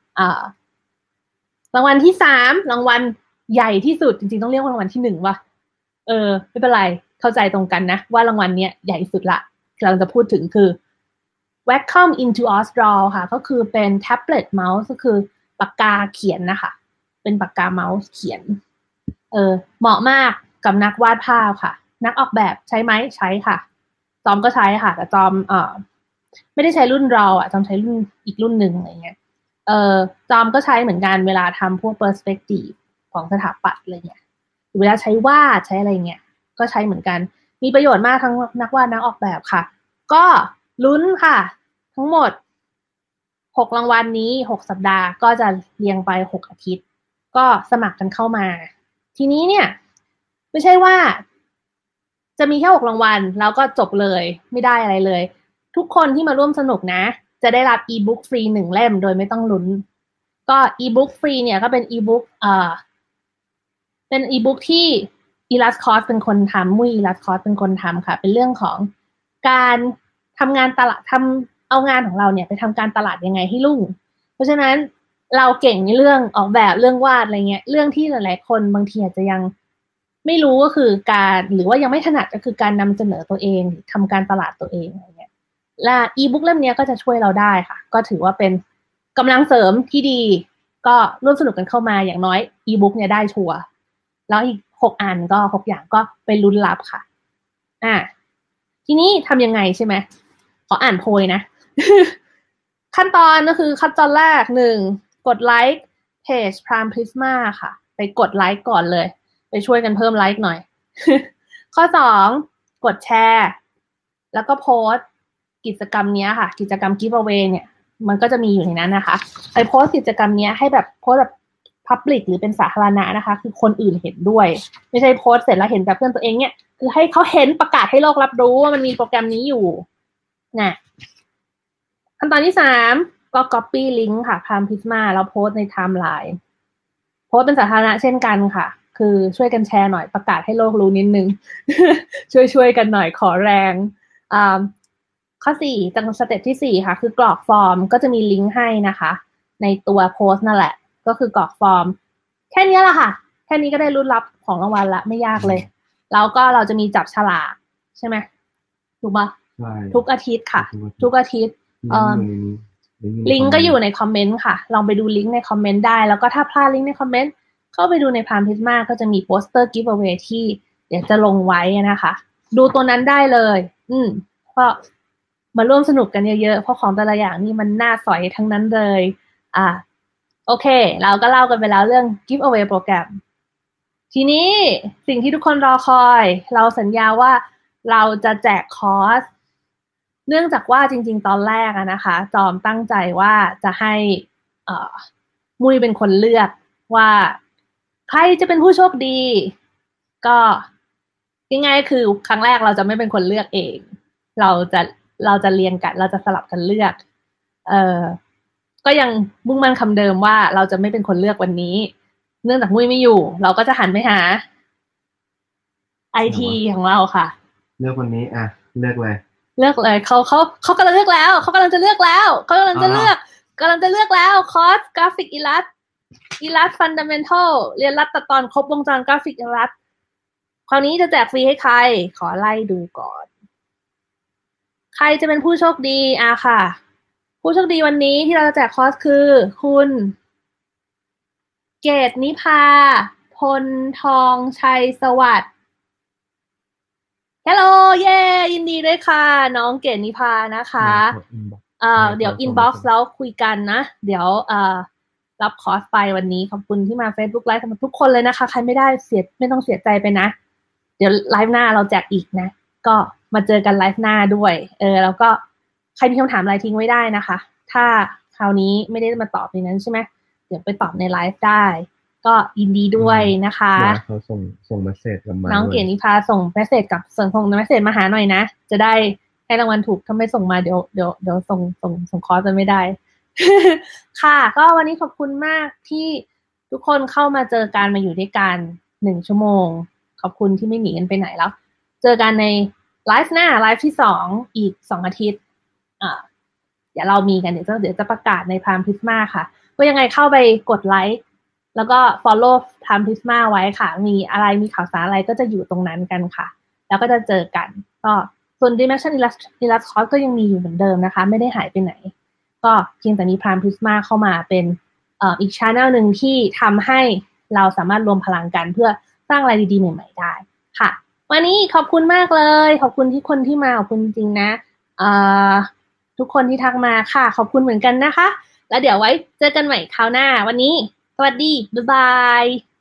รางวัลที่3รางวัลใหญ่ที่สุดจริงๆต้องเรียกว่ารางวัลที่1ว่ะไม่เป็นไรเข้าใจตรงกันนะว่ารางวัลเนี้ยใหญ่สุดละเราจะพูดถึงคือ Wacom Intuos Draw ค่ะก็คือเป็นแท็บเล็ตเมาส์ก็คือปากกาเขียนนะคะเป็นปากกาเมาส์เขียนเหมาะมากกับนักวาดภาพค่ะนักออกแบบใช้ไหมใช้ค่ะจอมก็ใช้ค่ะแต่จอมไม่ได้ใช้รุ่น Draw จอมใช้รุ่นอีกรุ่นหนึ่งอะไรเงี้ยจอมก็ใช้เหมือนกันเวลาทำพวก perspective ของสถาปัตย์อะไรเงี้ยเวลาใช้วาดใช้อะไรเงี้ยก็ใช้เหมือนกันมีประโยชน์มากทั้งนักวาดนักออกแบบค่ะก็ลุ้นค่ะทั้งหมด6รางวัลนี้6สัปดาห์ก็จะเรียงไป6อาทิตย์ก็สมัครกันเข้ามาทีนี้เนี่ยไม่ใช่ว่าจะมีแค่6รางวัลแล้วก็จบเลยไม่ได้อะไรเลยทุกคนที่มาร่วมสนุกนะจะได้รับอีบุ๊กฟรี1เล่มโดยไม่ต้องลุ้นก็อีบุ๊กฟรีเนี่ยก็เป็นอีบุ๊กเป็นอีบุ๊กที่อีลัสคอสเป็นคนทำมุ้ยอีลัสคอสเป็นคนทำค่ะเป็นเรื่องของการทำงานตลาดเอางานของเราเนี่ยไปทำการตลาดยังไงให้รุ่งเพราะฉะนั้นเราเก่งในเรื่องออกแบบเรื่องวาดอะไรเงี้ยเรื่องที่หลายๆคนบางทีอาจจะยังไม่รู้ก็คือการหรือว่ายังไม่ถนัดก็คือการนำเสนอตัวเองทำการตลาดตัวเองอะไรเงี้ยและอีบุ๊กเล่มนี้ก็จะช่วยเราได้ค่ะก็ถือว่าเป็นกำลังเสริมที่ดีก็ร่วมสนุกกันเข้ามาอย่างน้อยอีบุ๊กเนี่ยได้ชัวร์แล้วอีก6อันก็6อย่างก็ไปลุ้นรับค่ะทีนี้ทำยังไงใช่ไหมขออ่านโพยนะ ขั้นตอนก็คือขั้นตอนแรก1กดไลค์เพจ Prime Prisma ค่ะไปกดไลค์ก่อนเลยไปช่วยกันเพิ่มไลค์หน่อย ข้อ2กดแชร์แล้วก็โพสต์กิจกรรมนี้ค่ะกิจกรรม giveaway เนี่ยมันก็จะมีอยู่ในนั้นนะคะไปโพสต์กิจกรรมนี้ให้แบบโพสต์แบบpublic หรือเป็นสาธารณะนะคะคือคนอื่นเห็นด้วยไม่ใช่โพสต์เสร็จแล้วเห็นแต่เพื่อนตัวเองเนี่ยคือให้เขาเห็นประกาศให้โลกรับรู้ว่ามันมีโปรแกรมนี้อยู่นะขั้นตอนที่3ก็ copy link ค่ะ Prime Prisma แล้วโพสต์ในไทม์ไลน์โพสต์เป็นสาธารณะเช่นกันค่ะคือช่วยกันแชร์หน่อยประกาศให้โลกรู้นิดนึง ช่วยกันหน่อยขอแรงข้อ4จังสเต็ปที่4ค่ะคือกรอกฟอร์มก็จะมีลิงก์ให้นะคะในตัวโพสต์นั่นแหละก็คือกรอกฟอร์มแค่นี้แหละค่ะแค่นี้ก็ได้ลุ้นรับของรางวัลละไม่ยากเลยแล้วก็เราจะมีจับฉลากใช่ไหมถูกปะทุกอาทิตย์ค่ะทุกอาทิตย์ลิงก์ก็อยู่ในคอมเมนต์ค่ะลองไปดูลิงก์ในคอมเมนต์ได้แล้วก็ถ้าพลาดลิงก์ในคอมเมนต์เข้าไปดูใน Prime Prisma ก็จะมีโปสเตอร์ giveaway ที่เดี๋ยวจะลงไว้นะคะดูตัวนั้นได้เลยก็มาร่วมสนุกกันเยอะๆเพราะของแต่ละอย่างนี่มันน่าสอยทั้งนั้นเลยโอเคเราก็เล่ากันไปแล้วเรื่อง giveaway โปรแกรมทีนี้สิ่งที่ทุกคนรอคอยเราสัญญาว่าเราจะแจกคอร์สเนื่องจากว่าจริงๆตอนแรกนะคะจอมตั้งใจว่าจะให้มุ้ยเป็นคนเลือกว่าใครจะเป็นผู้โชคดีก็ง่ายๆคือครั้งแรกเราจะไม่เป็นคนเลือกเองเราจะเรียงกันเราจะสลับกันเลือกก็ยังมุ่งมั่นคำเดิมว่าเราจะไม่เป็นคนเลือกวันนี้เนื่องจากมุ้ยไม่อยู่เราก็จะหันไปหา IT ของเราค่ะเลือกวันนี้เลือกเลยเขากำลังเลือกแล้วเขากำลังจะเลือกแล้วคอร์สกราฟิกอิลัสฟันดัมเมนทัลเรียนรัดตัดตอนครบวงจรกราฟิกอิลัสคราวนี้จะแจกฟรีให้ใครขอไล่ดูก่อนใครจะเป็นผู้โชคดีค่ะผู้โชคดีวันนี้ที่เราจะแจกคอร์สคือคุณเกตนิพาพลทองชัยสวัสดิ์ฮัลโหลเย้ยินดีด้วยค่ะน้องเกตนิพานะคะเดี๋ยวอินบ็อกซ์แล้วคุยกันนะเดี๋ยวรับคอร์สไปวันนี้ขอบคุณที่มา Facebook Live ทุกคนเลยนะคะใครไม่ได้ไม่ต้องเสียใจไปนะเดี๋ยวไลฟ์หน้าเราแจกอีกนะก็มาเจอกันไลฟ์หน้าด้วยแล้วก็ใครมีคำถามอะไรทิ้งไว้ได้นะคะถ้าคราวนี้ไม่ได้มาตอบในนั้นใช่ไหมเดี๋ยวไปตอบในไลฟ์ได้ก็ยินดีด้วยนะคะเขาส่งเมสเสจกับมาน้องเกียรตินิพาส่งเมสเสจกับส่งเมสเสจมาหาหน่อยนะจะได้ใให้รางวัลถูกถ้าไม่ส่งมาเดี๋ยวส่งคอร์สไปไม่ได้ ค่ะก็วันนี้ขอบคุณมากที่ทุกคนเข้ามาเจอกันมาอยู่ด้วยกัน1 ชั่วโมงขอบคุณที่ไม่หนีกันไปไหนแล้วเจอกันในไลฟ์หน้าไลฟ์ที่2อีก2 อาทิตย์เดี๋ยวเรามีกันเดี๋ยวจะประกาศใน Prime Prisma ค่ะก็ยังไงเข้าไปกดไลค์แล้วก็ follow Prime Prisma ไว้ค่ะมีอะไรมีข่าวสารอะไรก็จะอยู่ตรงนั้นกันค่ะแล้วก็จะเจอกันก็ส่วน Dimension Illust Course ก็ยังมีอยู่เหมือนเดิมนะคะไม่ได้หายไปไหนก็เพียงแต่มี Prime Prisma เข้ามาเป็นอีก channel นึงที่ทำให้เราสามารถรวมพลังกันเพื่อสร้างอะไรดีๆใหม่ๆได้ค่ะวันนี้ขอบคุณมากเลยขอบคุณที่คนที่มาขอบคุณจริงๆนะทุกคนที่ทักมาค่ะขอบคุณเหมือนกันนะคะแล้วเดี๋ยวไว้เจอกันใหม่คราวหน้าวันนี้สวัสดีบ๊ายบาย